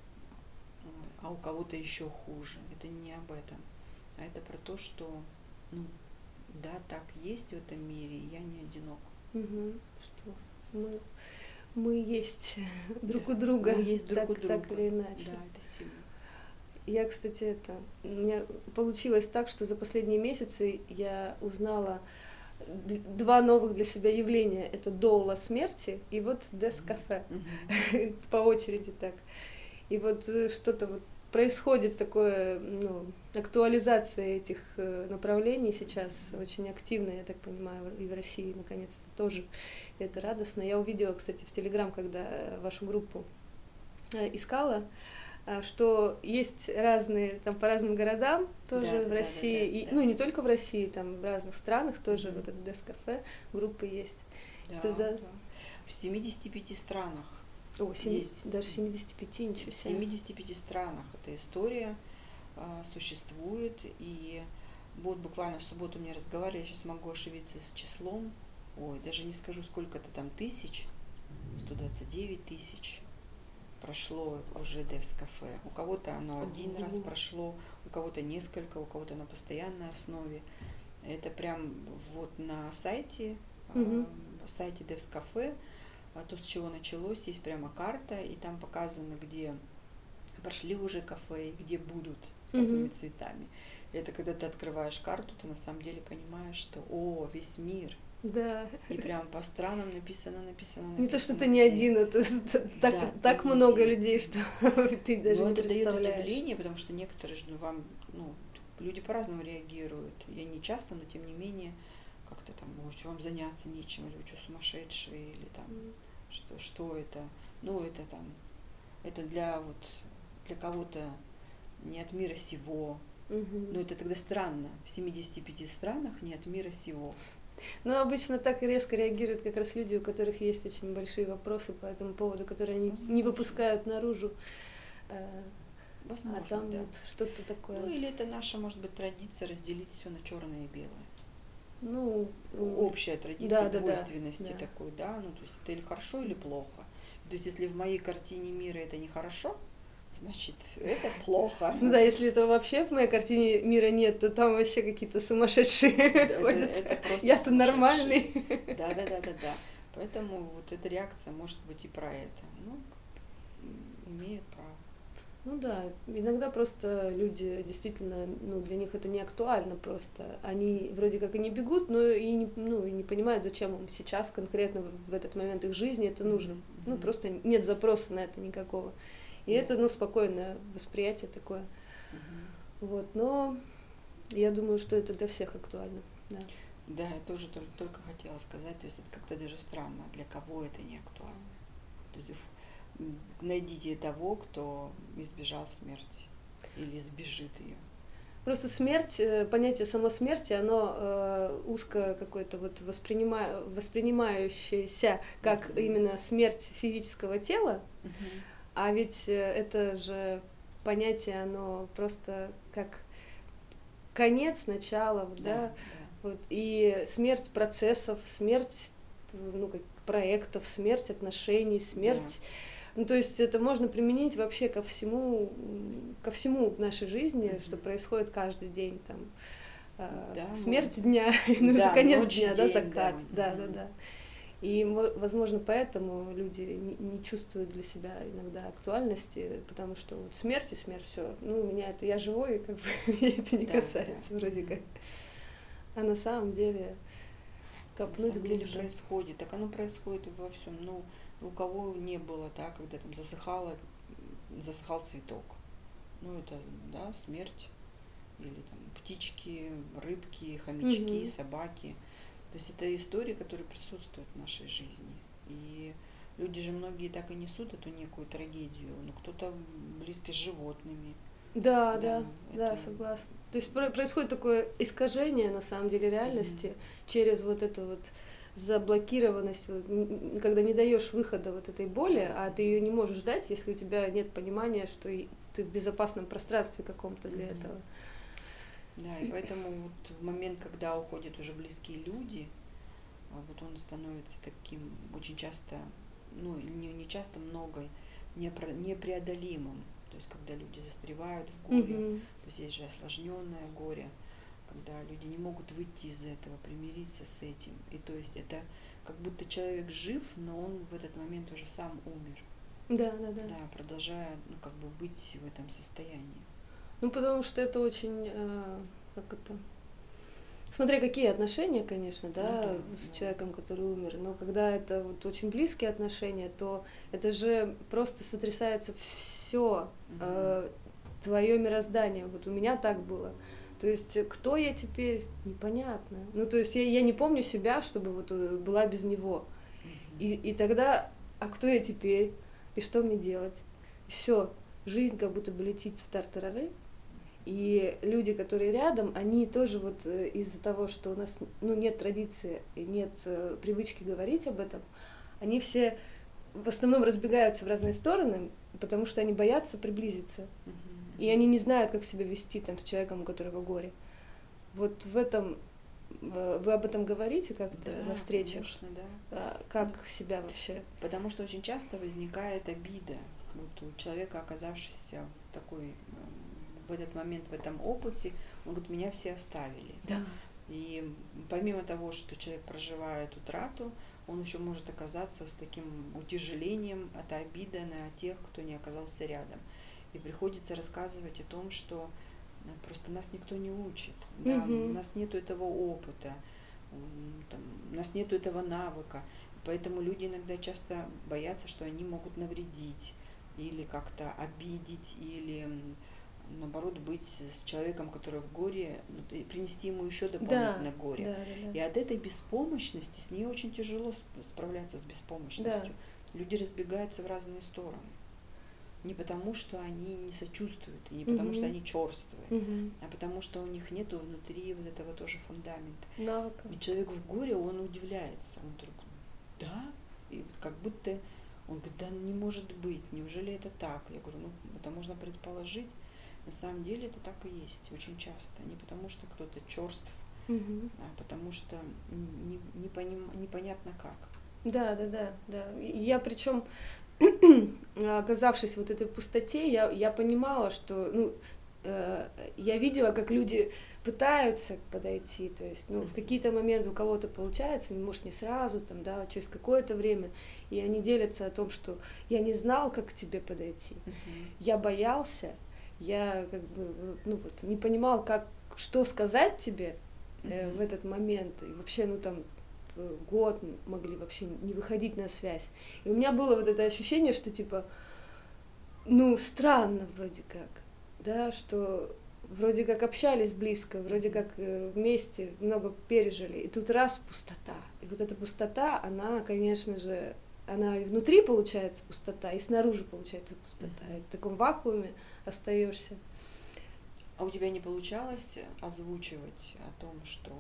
S2: а у кого-то еще хуже. Это не об этом. А это про то, что, ну, да, так есть в этом мире, и я не одинок.
S1: Угу. Что мы, мы есть друг у друга.
S2: Мы есть друг
S1: так,
S2: у друга.
S1: Так или иначе.
S2: Да, это сильно.
S1: Я, кстати, это... У меня получилось так, что за последние месяцы я узнала два новых для себя явления. Это доула смерти и вот Death Cafe. Mm-hmm. По очереди так. И вот что-то вот происходит такое, ну, актуализация этих направлений сейчас очень активно, я так понимаю, и в России наконец-то тоже. И это радостно. Я увидела, кстати, в Телеграм, когда вашу группу искала, что есть разные, там по разным городам тоже
S2: да,
S1: в
S2: да,
S1: России,
S2: да, да,
S1: и,
S2: да.
S1: ну не только в России, там в разных странах тоже
S2: mm-hmm.
S1: вот это Death Cafe, группы есть.
S2: Да,
S1: Туда...
S2: да. В семидесяти пяти странах.
S1: О, семьдесят,
S2: есть.
S1: даже семидесяти пяти, ничего себе.
S2: В семидесяти пяти странах эта история а, существует, и вот буквально в субботу мне разговаривали, я сейчас могу ошибиться с числом, ой, даже не скажу, сколько-то там тысяч, сто двадцать девять тысяч прошло уже Death Cafe. У кого-то оно один раз прошло, у кого-то несколько, у кого-то на постоянной основе. Это прям вот на сайте,
S1: mm-hmm.
S2: э, сайте Death Cafe, то, с чего началось, есть прямо карта, и там показано, где прошли уже кафе, где будут разными mm-hmm. цветами. И это когда ты открываешь карту, ты на самом деле понимаешь, что о, весь мир.
S1: Да.
S2: И прям по странам написано, написано, написано.
S1: Не то, что ты не один, это, это да, так, так много один. Людей, что ты даже
S2: Но
S1: не
S2: это
S1: представляешь.
S2: дает удивление, потому что некоторые же, ну, вам, ну, люди по-разному реагируют. Я не часто, но тем не менее, как-то там, ой, что вам заняться нечем, или вы что, сумасшедшие, или там, mm. что, что это, ну, это там, это для вот, для кого-то не от мира сего.
S1: Mm-hmm.
S2: Но это тогда странно, в семидесяти пяти странах не от мира сего.
S1: Ну, обычно так резко реагируют как раз люди, у которых есть очень большие вопросы по этому поводу, которые они Возможно. Не выпускают наружу.
S2: Возможно,
S1: а там
S2: да.
S1: вот что-то такое.
S2: Ну, или это наша, может быть, традиция разделить все на черное и белое.
S1: Ну,
S2: общая традиция
S1: да,
S2: двойственности
S1: да, да.
S2: такой, да, ну, то есть это или хорошо, или плохо. То есть если в моей картине мира это не хорошо, значит, это плохо.
S1: Ну да, если этого вообще в моей картине мира нет, то там вообще какие-то сумасшедшие ходят. Я-то нормальный.
S2: Да, да, да, да, да. Поэтому вот эта реакция может быть и про это. Ну, имеет право.
S1: Ну да, иногда просто люди действительно, ну, для них это не актуально просто. Они вроде как и не бегут, но и не, ну, и не понимают, зачем им сейчас конкретно в этот момент их жизни это нужно. Mm-hmm. Ну, просто нет запроса на это никакого. И mm-hmm. это, ну, спокойное восприятие такое. Mm-hmm. Вот, но я думаю, что это для всех актуально. Да,
S2: да, я тоже только, только хотела сказать, то есть это как-то даже странно, для кого это не актуально. То есть найдите того, кто избежал смерти или избежит ее.
S1: Просто смерть, понятие само смерти, оно э, узко какое-то вот воспринима, воспринимающееся как mm-hmm. именно смерть физического тела, mm-hmm. а ведь это же понятие, оно просто как конец, начало, да,
S2: да, да.
S1: Вот, и смерть процессов, смерть, ну, как проектов, смерть отношений, смерть. Да. Ну, то есть это можно применить вообще ко всему, ко всему в нашей жизни, mm-hmm. что происходит каждый день там. э,
S2: Да,
S1: смерть
S2: ну,
S1: дня, ну,
S2: да,
S1: это конец
S2: ночь,
S1: дня, да,
S2: день,
S1: закат,
S2: да.
S1: да, да, да. И, мо- возможно, поэтому люди не, не чувствуют для себя иногда актуальности, потому что вот смерть и смерть, все, ну, меня это, я живой, и как бы меня это не
S2: Да,
S1: касается
S2: да.
S1: вроде как. А на самом деле
S2: На
S1: копнуть
S2: самом деле
S1: глубже.
S2: происходит, так оно происходит и во всем. Ну, у кого не было, да, когда там засыхало, засыхал цветок. Ну, это, да, смерть. Или там птички, рыбки, хомячки,
S1: Мгм.
S2: собаки. То есть это истории, которые присутствуют в нашей жизни. И люди же многие так и несут эту некую трагедию. Ну, кто-то близкий с животными.
S1: Да,
S2: Да,
S1: да, да,
S2: это...
S1: согласна. То есть про- происходит такое искажение, на самом деле,
S2: Мгм.
S1: реальности через вот эту вот заблокированность, вот, н- н- когда не даешь выхода вот этой боли,
S2: Да.
S1: а ты ее не можешь дать, если у тебя нет понимания, что и ты в безопасном пространстве каком-то для
S2: Мгм.
S1: этого.
S2: Да, и поэтому вот в момент, когда уходят уже близкие люди, а вот он становится таким очень часто, ну, не, не часто, много, непро- непреодолимым. То есть, когда люди застревают в горе,
S1: Мгм.
S2: то есть есть же осложненное горе, когда люди не могут выйти из этого, примириться с этим. И то есть это как будто человек жив, но он в этот момент уже сам умер,
S1: Да, да, да.
S2: да, продолжая, ну, как бы быть в этом состоянии.
S1: Ну, потому что это очень, э, как это, смотря какие отношения, конечно,
S2: Ну да,
S1: да, с
S2: да.
S1: человеком, который умер, но когда это вот очень близкие отношения, то это же просто сотрясается все,
S2: Мгм.
S1: твое мироздание. Вот у меня так было. То есть э, кто я теперь, непонятно. Ну, то есть я, я не помню себя, чтобы вот э, была без него.
S2: Мгм.
S1: И, и тогда, а кто я теперь? И что мне делать? Все, жизнь как будто бы летит в тартарары, и люди, которые рядом, они тоже вот э, из-за того, что у нас ну, нет традиции, и нет э, привычки говорить об этом, они все в основном разбегаются в разные стороны, потому что они боятся приблизиться.
S2: Мгм.
S1: И они не знают, как себя вести там с человеком, у которого горе. Вот в этом э, вы об этом говорите как-то на
S2: Да,
S1: встречах?
S2: конечно, да.
S1: А,
S2: Ну,
S1: Как себя вообще?
S2: потому что очень часто возникает обида вот у человека, оказавшегося в такой, эм, в этот момент, в этом опыте, он говорит, меня все оставили.
S1: Да.
S2: И помимо того, что человек проживает утрату, он еще может оказаться с таким утяжелением от обиды на тех, кто не оказался рядом. И приходится рассказывать о том, что э, просто нас никто не учит, да, у
S1: Угу.
S2: нас нету этого опыта, м, там, у нас нету этого навыка. Поэтому люди иногда часто боятся, что они могут навредить или как-то обидеть, или м, наоборот быть с человеком, который в горе, ну, и принести ему еще
S1: Да,
S2: дополнительное горе.
S1: да, да, да.
S2: И от этой беспомощности с ней очень тяжело сп- справляться с
S1: Да.
S2: беспомощностью. Люди разбегаются в разные стороны. Не потому, что они не сочувствуют, и не потому, что
S1: Угу.
S2: они черствые,
S1: Угу.
S2: а потому, что у них нету внутри вот этого тоже фундамента.
S1: Навыка.
S2: И человек в горе, он удивляется. Он вдруг, да? И вот как будто он говорит, да не может быть, неужели это так? Я говорю, ну это можно предположить. На самом деле это так и есть, очень часто. Не потому, что кто-то черств,
S1: Угу.
S2: а потому что не, не поним- непонятно как.
S1: Да, да, да, да. И я причем, оказавшись в вот этой пустоте, я, я понимала, что, ну, э, я видела, как люди пытаются подойти, то есть, ну, в какие-то моменты у кого-то получается, может, не сразу, там, да, через какое-то время, и они делятся о том, что я не знал, как к тебе подойти,
S2: Мгм.
S1: я боялся, я, как бы, ну, вот, не понимал, как, что сказать тебе э, в
S2: Мгм.
S1: этот момент, и вообще, ну, там, э, год могли вообще не выходить на связь. И у меня было вот это ощущение, что типа, ну, странно вроде как, да, что вроде как общались близко, вроде
S2: Мгм.
S1: как э, вместе много пережили, и тут раз пустота. И вот эта пустота, она, конечно же, она и внутри получается пустота, и снаружи получается пустота. И
S2: Мгм.
S1: в таком вакууме остаешься.
S2: А у тебя не получалось озвучивать о том, что,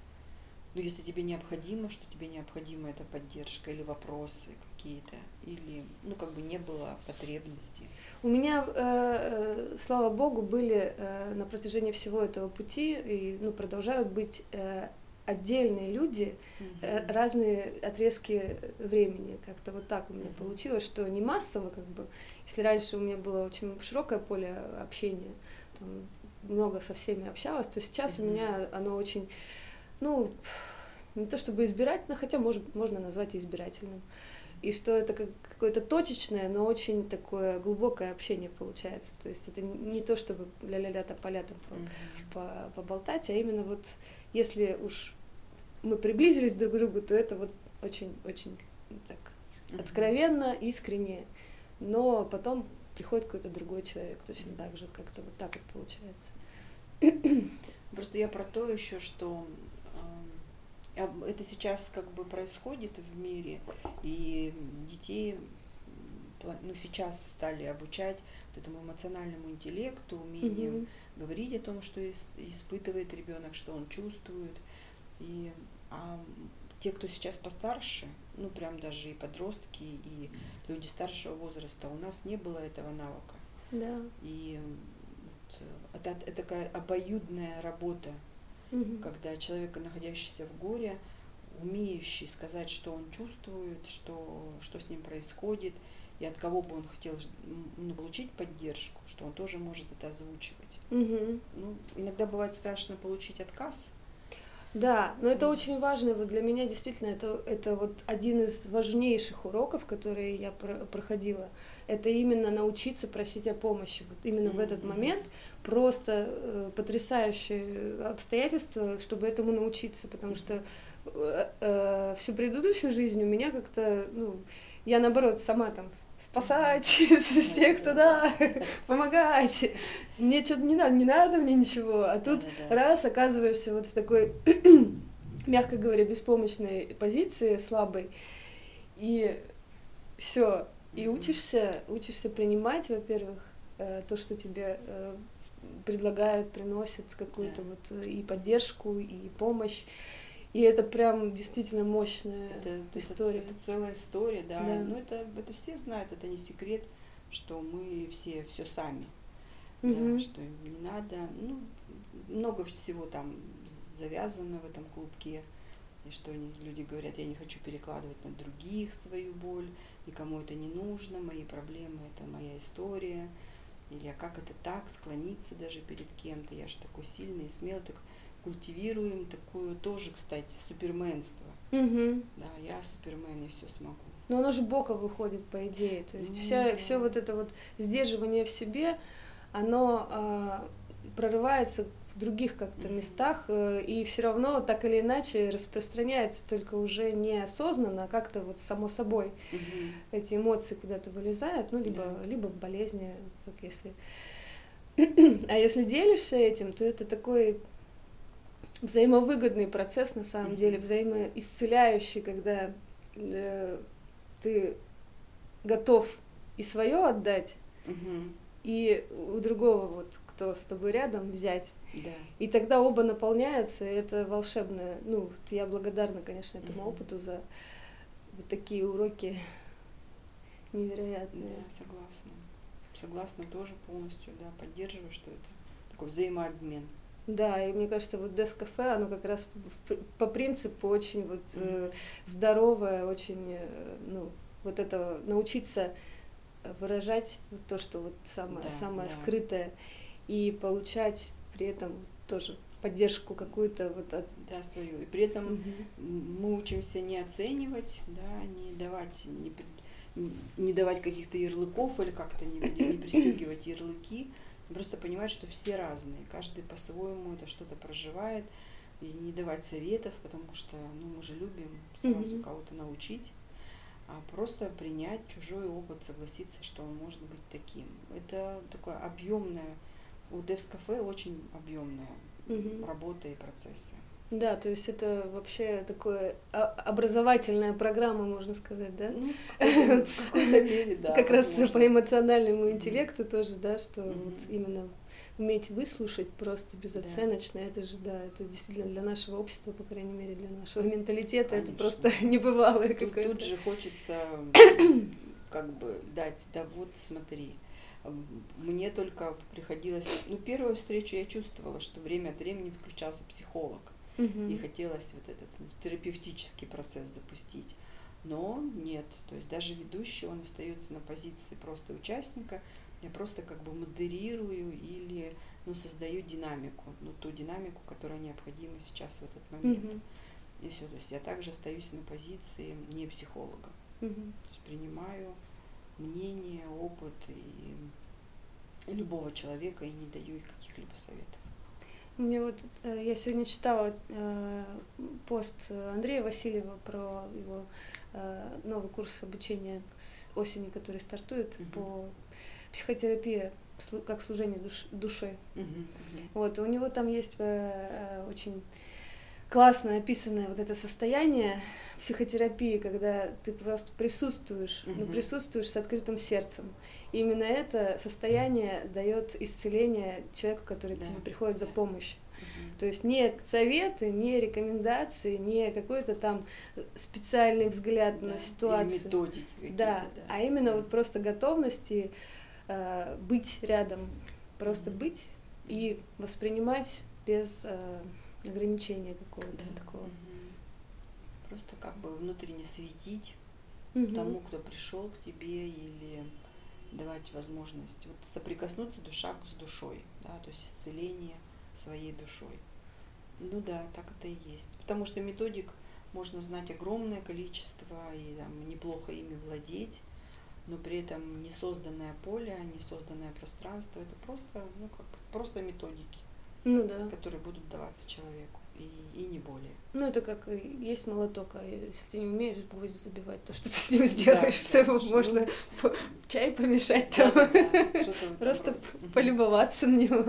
S2: ну, если тебе необходимо, что тебе необходима эта поддержка или вопросы какие-то, или, ну, как бы не было потребности?
S1: У меня, э, э, слава богу, были э, на протяжении всего этого пути и ну, продолжают быть э, отдельные люди,
S2: Мгм.
S1: разные отрезки времени. Как-то вот так у меня
S2: Мгм.
S1: получилось, что не массово, как бы, если раньше у меня было очень широкое поле общения, там, много со всеми общалась, то сейчас у
S2: Мгм.
S1: меня оно очень, ну, не то чтобы избирательно, хотя может, можно назвать и избирательным. И что это как какое-то точечное, но очень такое глубокое общение получается. То есть это не не то, чтобы ля-ля-ля тополя там по-
S2: Мгм.
S1: по- поболтать, а именно вот если уж мы приблизились друг к другу, то это вот очень-очень так
S2: Мгм.
S1: откровенно, искренне. Но потом приходит какой-то другой человек точно так же, как-то вот так вот получается.
S2: Просто я про то еще, что э, об- это сейчас как бы происходит в мире, и детей м, пла- ну, сейчас стали обучать вот этому эмоциональному интеллекту, умением
S1: Мгм.
S2: говорить о том, что ис- испытывает ребенок, что он чувствует. И а те, кто сейчас постарше, ну прям даже и подростки, и люди старшего возраста, у нас не было этого навыка.
S1: Да.
S2: И вот, э, это, это такая обоюдная работа,
S1: Мгм.
S2: когда человек, находящийся в горе, умеющий сказать, что он чувствует, что, что с ним происходит, и от кого бы он хотел ж- м, ну, получить поддержку, что он тоже может это озвучивать.
S1: Мгм.
S2: Ну, иногда бывает страшно получить отказ.
S1: Да, но это
S2: М.
S1: очень важно. Вот для меня действительно это, это вот один из важнейших уроков, которые я про- проходила. Это именно научиться просить о помощи. Вот именно в этот
S2: Мгм.
S1: момент просто э, потрясающие обстоятельства, чтобы этому научиться. Потому что э, э, всю предыдущую жизнь у меня как-то, ну, я наоборот сама там спасать всех туда, помогать. Мне что-то не надо, не надо мне ничего. А тут
S2: Да-да-да.
S1: раз оказываешься вот в такой, мягко говоря, беспомощной позиции, слабой, и все, и
S2: Мгм.
S1: учишься, учишься принимать, во-первых, э, то, что тебе э, предлагают, приносят
S2: Да.
S1: какую-то вот э, и поддержку, и помощь. И это прям действительно мощная
S2: Это, это,
S1: история.
S2: это целая история, да.
S1: Да.
S2: Но это, это все знают, это не секрет, что мы все все сами. Да,
S1: Мгм.
S2: что не надо. Ну, много всего там завязано в этом клубке. И что они, люди говорят, я не хочу перекладывать на других свою боль, никому это не нужно, мои проблемы это моя история. Или а как это так, склониться даже перед кем-то, я же такой сильный и смелый, так культивируем такую тоже, кстати, суперменство.
S1: Мгм.
S2: Да, я супермен, я все смогу.
S1: Но оно же боком выходит, по идее. То есть
S2: Ну
S1: вся, все вот
S2: да.
S1: это вот сдерживание в себе, оно а, прорывается в других как-то
S2: Мгм.
S1: местах, э, и все равно так или иначе распространяется, только уже неосознанно, а как-то вот само собой
S2: Мгм.
S1: эти эмоции куда-то вылезают, ну, либо,
S2: Да.
S1: либо в болезни, как если... А если делишься этим, то это такой взаимовыгодный процесс, на самом деле,
S2: Мгм.
S1: взаимоисцеляющий, когда э, ты готов и свое отдать,
S2: Мгм.
S1: и у другого, вот, кто с тобой рядом, взять.
S2: Да.
S1: И тогда оба наполняются, и это волшебно. Ну, вот я благодарна, конечно, этому
S2: Мгм.
S1: опыту за вот такие уроки невероятные.
S2: Да, согласна. Согласна тоже полностью, да, поддерживаю, что это такой взаимообмен.
S1: Да, и мне кажется, вот Дес-кафе, оно как раз в пр- по принципу очень вот э,
S2: Мгм.
S1: здоровое, очень, э, ну, вот это научиться выражать вот то, что вот самое,
S2: Да,
S1: самое
S2: да.
S1: скрытое, и получать при этом тоже поддержку какую-то вот от...
S2: Да, свою. И при этом
S1: Мгм.
S2: м, мы учимся не оценивать, да, не давать, не, при- н- не давать каких-то ярлыков или как-то не, не, не пристегивать ярлыки, просто понимать, что все разные, каждый по-своему это что-то проживает, и не давать советов, потому что ну, мы же любим сразу
S1: Мгм.
S2: кого-то научить, а просто принять чужой опыт, согласиться, что он может быть таким. Это такое объемное, у Девс-кафе очень объемная
S1: Мгм.
S2: работа и процессы.
S1: Да, то есть это вообще такое а- образовательная программа, можно сказать, да?
S2: Ну, в какой-то, в какой-то мере, да,
S1: Как раз по
S2: возможно.
S1: эмоциональному
S2: Мгм.
S1: интеллекту тоже, да, что вот
S2: Мгм.
S1: именно уметь выслушать просто
S2: Да,
S1: безоценочно, это же, да, это действительно для нашего общества, по крайней мере, для нашего менталитета, это
S2: конечно.
S1: просто небывалое
S2: Тут, тут
S1: какое-то.
S2: же хочется как бы дать, да вот смотри, м, мне только приходилось, ну первую встречу я чувствовала, что время от времени включался психолог.
S1: Мгм.
S2: и хотелось вот этот терапевтический процесс запустить. Но нет, то есть даже ведущий, он остается на позиции просто участника, я просто как бы модерирую или ну, создаю динамику, ну, ту динамику, которая необходима сейчас в этот момент.
S1: Мгм.
S2: И все, то есть я также остаюсь на позиции не психолога.
S1: Мгм.
S2: То есть принимаю мнение, опыт и любого человека и не даю их каких-либо советов.
S1: Мне вот, э, я сегодня читала э, пост Андрея Васильева про его э, новый курс обучения с осени, который стартует
S2: Мгм.
S1: по психотерапии слу- как служение душ- душой.
S2: Мгм, мгм.
S1: Вот, и у него там есть э, э, очень классно описанное вот это состояние психотерапии, когда ты просто присутствуешь, но
S2: Мгм.
S1: присутствуешь с открытым сердцем. И именно это состояние дает исцеление человеку, который к
S2: Да,
S1: тебе приходит за
S2: да.
S1: помощью.
S2: Мгм.
S1: То есть не советы, не рекомендации, не какой-то там специальный взгляд
S2: Да.
S1: на
S2: Или
S1: ситуацию.
S2: методики какие-то,
S1: Да,
S2: да.
S1: а именно
S2: Да.
S1: вот просто готовности э, быть рядом, просто
S2: Мгм.
S1: быть и воспринимать без э, ограничения какого-то
S2: Да.
S1: такого.
S2: Мгм. Просто как бы внутренне светить
S1: Мгм.
S2: тому, кто пришел к тебе, или давать возможность вот соприкоснуться душа с душой, да, то есть исцеление своей душой. Ну да, так это и есть. Потому что методик можно знать огромное количество и там, неплохо ими владеть, но при этом не созданное поле, не созданное пространство, это просто, ну, как бы, просто методики,
S1: Ну да.
S2: которые будут даваться человеку, и, и не более.
S1: Ну это как и есть молоток, а если ты не умеешь гвозди забивать, то что ты с ним сделаешь?
S2: Да,
S1: Что
S2: да.
S1: можно
S2: Ну,
S1: по- чай помешать
S2: да,
S1: там,
S2: да, да, что-то в этом
S1: просто
S2: роде.
S1: п-
S2: Мгм.
S1: полюбоваться на него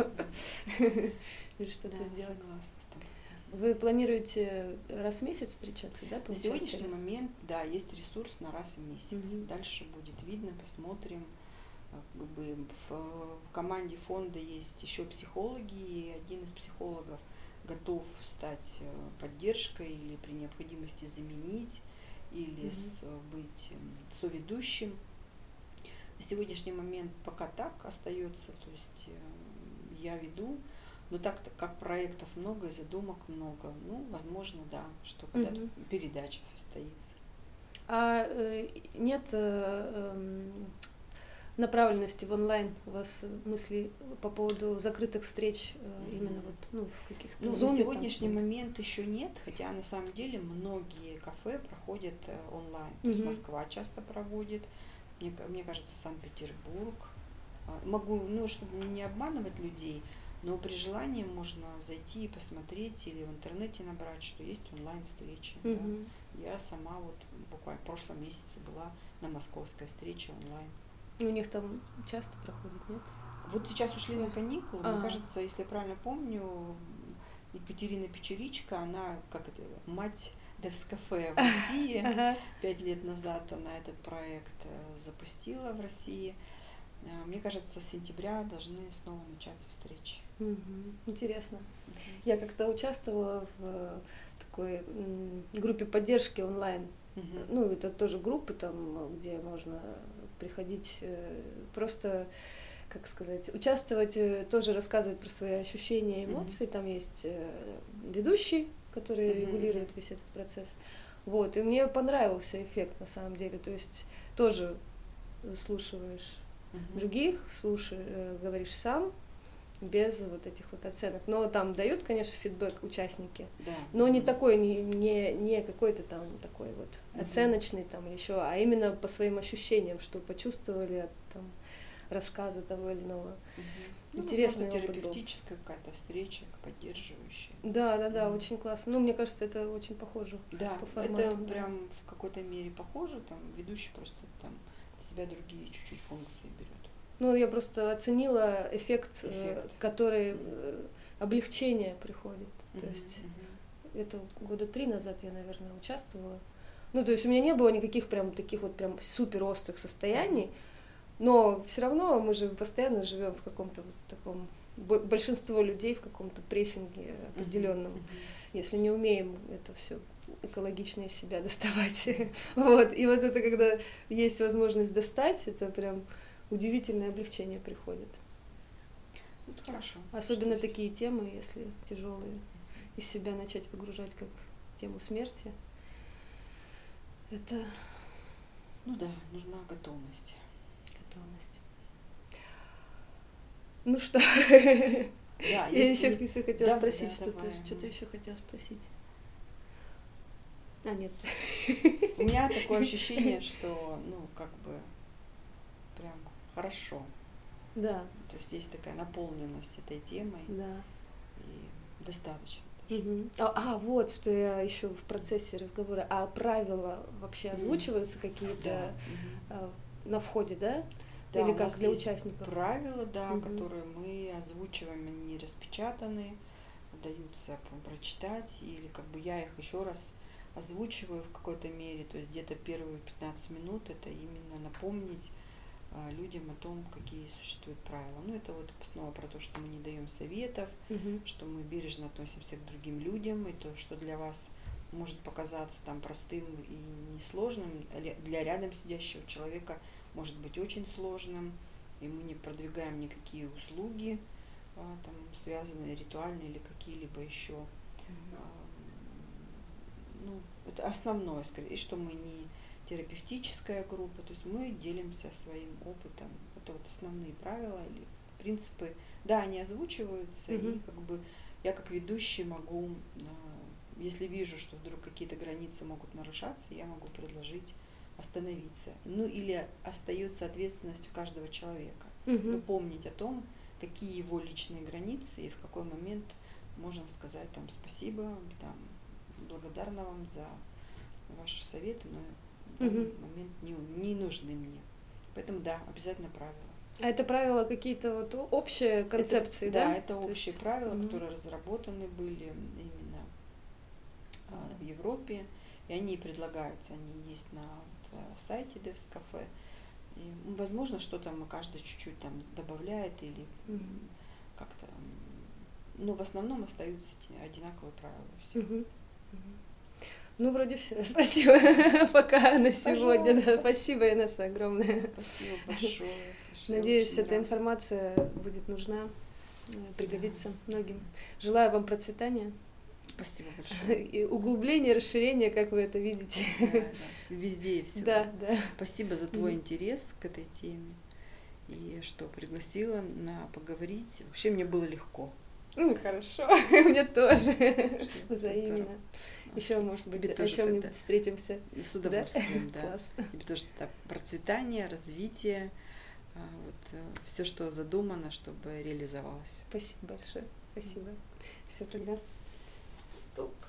S1: или что-то
S2: Да,
S1: сделать.
S2: согласна с тобой.
S1: Вы планируете раз в месяц встречаться, да,
S2: На
S1: получается?
S2: сегодняшний
S1: или?
S2: момент, да, есть ресурс на раз в месяц.
S1: Мгм.
S2: Дальше будет видно, посмотрим. А, Как бы в, в команде фонда есть еще психологи, и один из психологов готов стать э, поддержкой или при необходимости заменить, или
S1: Мгм.
S2: с- быть эм, соведущим. На сегодняшний момент пока так остается, то есть э, я веду, но так как проектов много и задумок много, ну, возможно, да, что когда-то
S1: Мгм.
S2: передача состоится.
S1: А э, нет э, эм, направленности в онлайн у вас мысли по поводу закрытых встреч э,
S2: Мгм.
S1: именно вот ну в каких-то
S2: Ну, на
S1: зуме там
S2: сегодняшний
S1: чем-то?
S2: момент еще нет, хотя на самом деле многие кафе проходят э, онлайн. То есть
S1: Мгм.
S2: Москва часто проводит, мне, ка- мне кажется, Санкт-Петербург. А, Могу, ну, чтобы не обманывать людей, но при желании можно зайти и посмотреть или в интернете набрать, что есть онлайн-встречи. Да.
S1: Мгм.
S2: Я сама вот буквально в прошлом месяце была на московской встрече онлайн.
S1: У них там часто проходит, нет?
S2: Вот сейчас ушли на
S1: Ой.
S2: каникулы. Мне
S1: А,
S2: кажется, если я правильно помню, Екатерина Печеричка, она как это, мать Девскафе в России.
S1: ага.
S2: Пять лет назад она этот проект э, запустила в России. Э, Мне кажется, с сентября должны снова начаться встречи.
S1: Мгм. Интересно.
S2: Мгм.
S1: Я как-то участвовала в э, такой м, группе поддержки онлайн.
S2: Мгм.
S1: Ну, это тоже группы там, где можно приходить э, просто, как сказать, участвовать, э, тоже рассказывать про свои ощущения,
S2: Мгм.
S1: эмоции. Там есть э, ведущий, который
S2: Мгм,
S1: регулирует
S2: мгм.
S1: весь этот процесс. Вот, и мне понравился эффект на самом деле. То есть тоже слушаешь
S2: Мгм.
S1: других, слушаешь, э, говоришь сам, без вот этих вот оценок. Но там дают, конечно, фидбэк участники,
S2: Да.
S1: но не
S2: Мгм.
S1: такой, не, не, не какой-то там такой вот
S2: Мгм.
S1: оценочный там или еще, а именно по своим ощущениям, что почувствовали от там, рассказа того или иного.
S2: Мгм. Ну,
S1: Интересный
S2: возможно,
S1: опыт был.
S2: терапевтическая какая-то встреча, поддерживающая.
S1: Да, да, да,
S2: Мгм.
S1: очень классно. Ну, мне кажется, это очень похоже
S2: Да,
S1: по
S2: это
S1: формату. Да.
S2: прям в какой-то мере похоже, там ведущий просто там на себя другие чуть-чуть функции берет.
S1: Ну, я просто оценила эффект, э,
S2: Эффект.
S1: который
S2: Мгм.
S1: э, облегчение приходит. То
S2: Мгм,
S1: есть
S2: мгм.
S1: это года три назад я, наверное, участвовала. Ну, то есть у меня не было никаких прям таких вот прям супер острых состояний, но все равно мы же постоянно живем в каком-то вот таком бо- большинство людей в каком-то прессинге определенном,
S2: Мгм,
S1: если не умеем это все экологично из себя доставать. Вот. И вот это, когда есть возможность достать, это прям удивительное облегчение приходит.
S2: мгм. Это хорошо.
S1: Особенно
S2: что есть.
S1: такие темы, если тяжелые. из себя начать выгружать как тему смерти, это
S2: Ну да, нужна готовность.
S1: готовность. Ну что,
S2: Да,
S1: я
S2: если
S1: еще
S2: не-
S1: если хотела
S2: да,
S1: спросить
S2: да,
S1: что-то,
S2: давай,
S1: что-то
S2: ага.
S1: еще хотела спросить. А, нет.
S2: У меня такое ощущение, что, ну, как бы, прям хорошо.
S1: Да,
S2: То есть есть такая наполненность этой темой,
S1: да.
S2: и достаточно даже.
S1: Мгм. А, а, вот, что я еще в процессе разговора. А правила вообще
S2: М.
S1: озвучиваются
S2: Да.
S1: какие-то
S2: Мгм.
S1: а, на входе, да?
S2: Да,
S1: Или
S2: у
S1: как
S2: нас
S1: для
S2: есть
S1: участников?
S2: правила, да,
S1: Мгм.
S2: которые мы озвучиваем, они распечатаны, даются по- прочитать, или как бы я их еще раз озвучиваю в какой-то мере, то есть где-то первые пятнадцать минут это именно напомнить а, людям о том, какие существуют правила. Ну, это вот снова про то, что мы не даем советов,
S1: Мгм.
S2: что мы бережно относимся к другим людям, и то, что для вас может показаться там простым и несложным, ря- для рядом сидящего человека может быть очень сложным, и мы не продвигаем никакие услуги, а, там, связанные ритуальные или какие-либо еще. А, ну, это основное, скорее, и что мы не терапевтическая группа, то есть мы делимся своим опытом. Это вот основные правила или принципы. Да, они озвучиваются, и
S1: Мгм.
S2: как бы я как ведущий могу, а, если вижу, что вдруг какие-то границы могут нарушаться, я могу предложить остановиться. Ну или остается ответственность у каждого человека. Но
S1: Мгм.
S2: помнить о том, какие его личные границы и в какой момент можно сказать там спасибо, там, благодарна вам за ваши советы, но в данный
S1: Мгм.
S2: момент не, не нужны мне. Поэтому да, обязательно правила.
S1: А это правила какие-то вот о- общие концепции,
S2: это,
S1: да?
S2: Да, это
S1: То
S2: общие
S1: есть,
S2: правила,
S1: мгм.
S2: которые разработаны были именно а, в Европе, и они предлагаются, они есть на вот, а, сайте Девс Кафе. И, м, возможно, что-то мы каждый чуть-чуть там добавляет или
S1: Мгм.
S2: м, как-то, м, но в основном остаются эти одинаковые правила у всех.
S1: Мгм. Мгм. Ну, вроде все. Спасибо пока на сегодня. Да.
S2: Пожалуйста.
S1: Спасибо, Инесса, огромное.
S2: Спасибо большое. Слушай, я
S1: Надеюсь,
S2: очень
S1: эта
S2: рада.
S1: информация будет нужна, э, пригодится
S2: Да.
S1: многим. Желаю вам процветания
S2: Спасибо большое.
S1: и углубления, расширения, как вы это видите.
S2: Да, да, вс- везде и всюду.
S1: Да, да.
S2: Спасибо за твой
S1: Мгм.
S2: интерес к этой теме и что пригласила на поговорить. Вообще мне было легко.
S1: Ну, хорошо. Мне тоже.
S2: Что это
S1: Взаимно.
S2: здорово.
S1: Еще,
S2: Окей.
S1: может быть,
S2: Тебе
S1: о
S2: тоже
S1: чем-нибудь
S2: тогда
S1: встретимся.
S2: с
S1: Да?
S2: удовольствием, да.
S1: Класс.
S2: Тебе тоже да, процветание, развитие, а, вот все, что задумано, чтобы реализовалось.
S1: Спасибо большое. Спасибо. Все тогда. Стоп.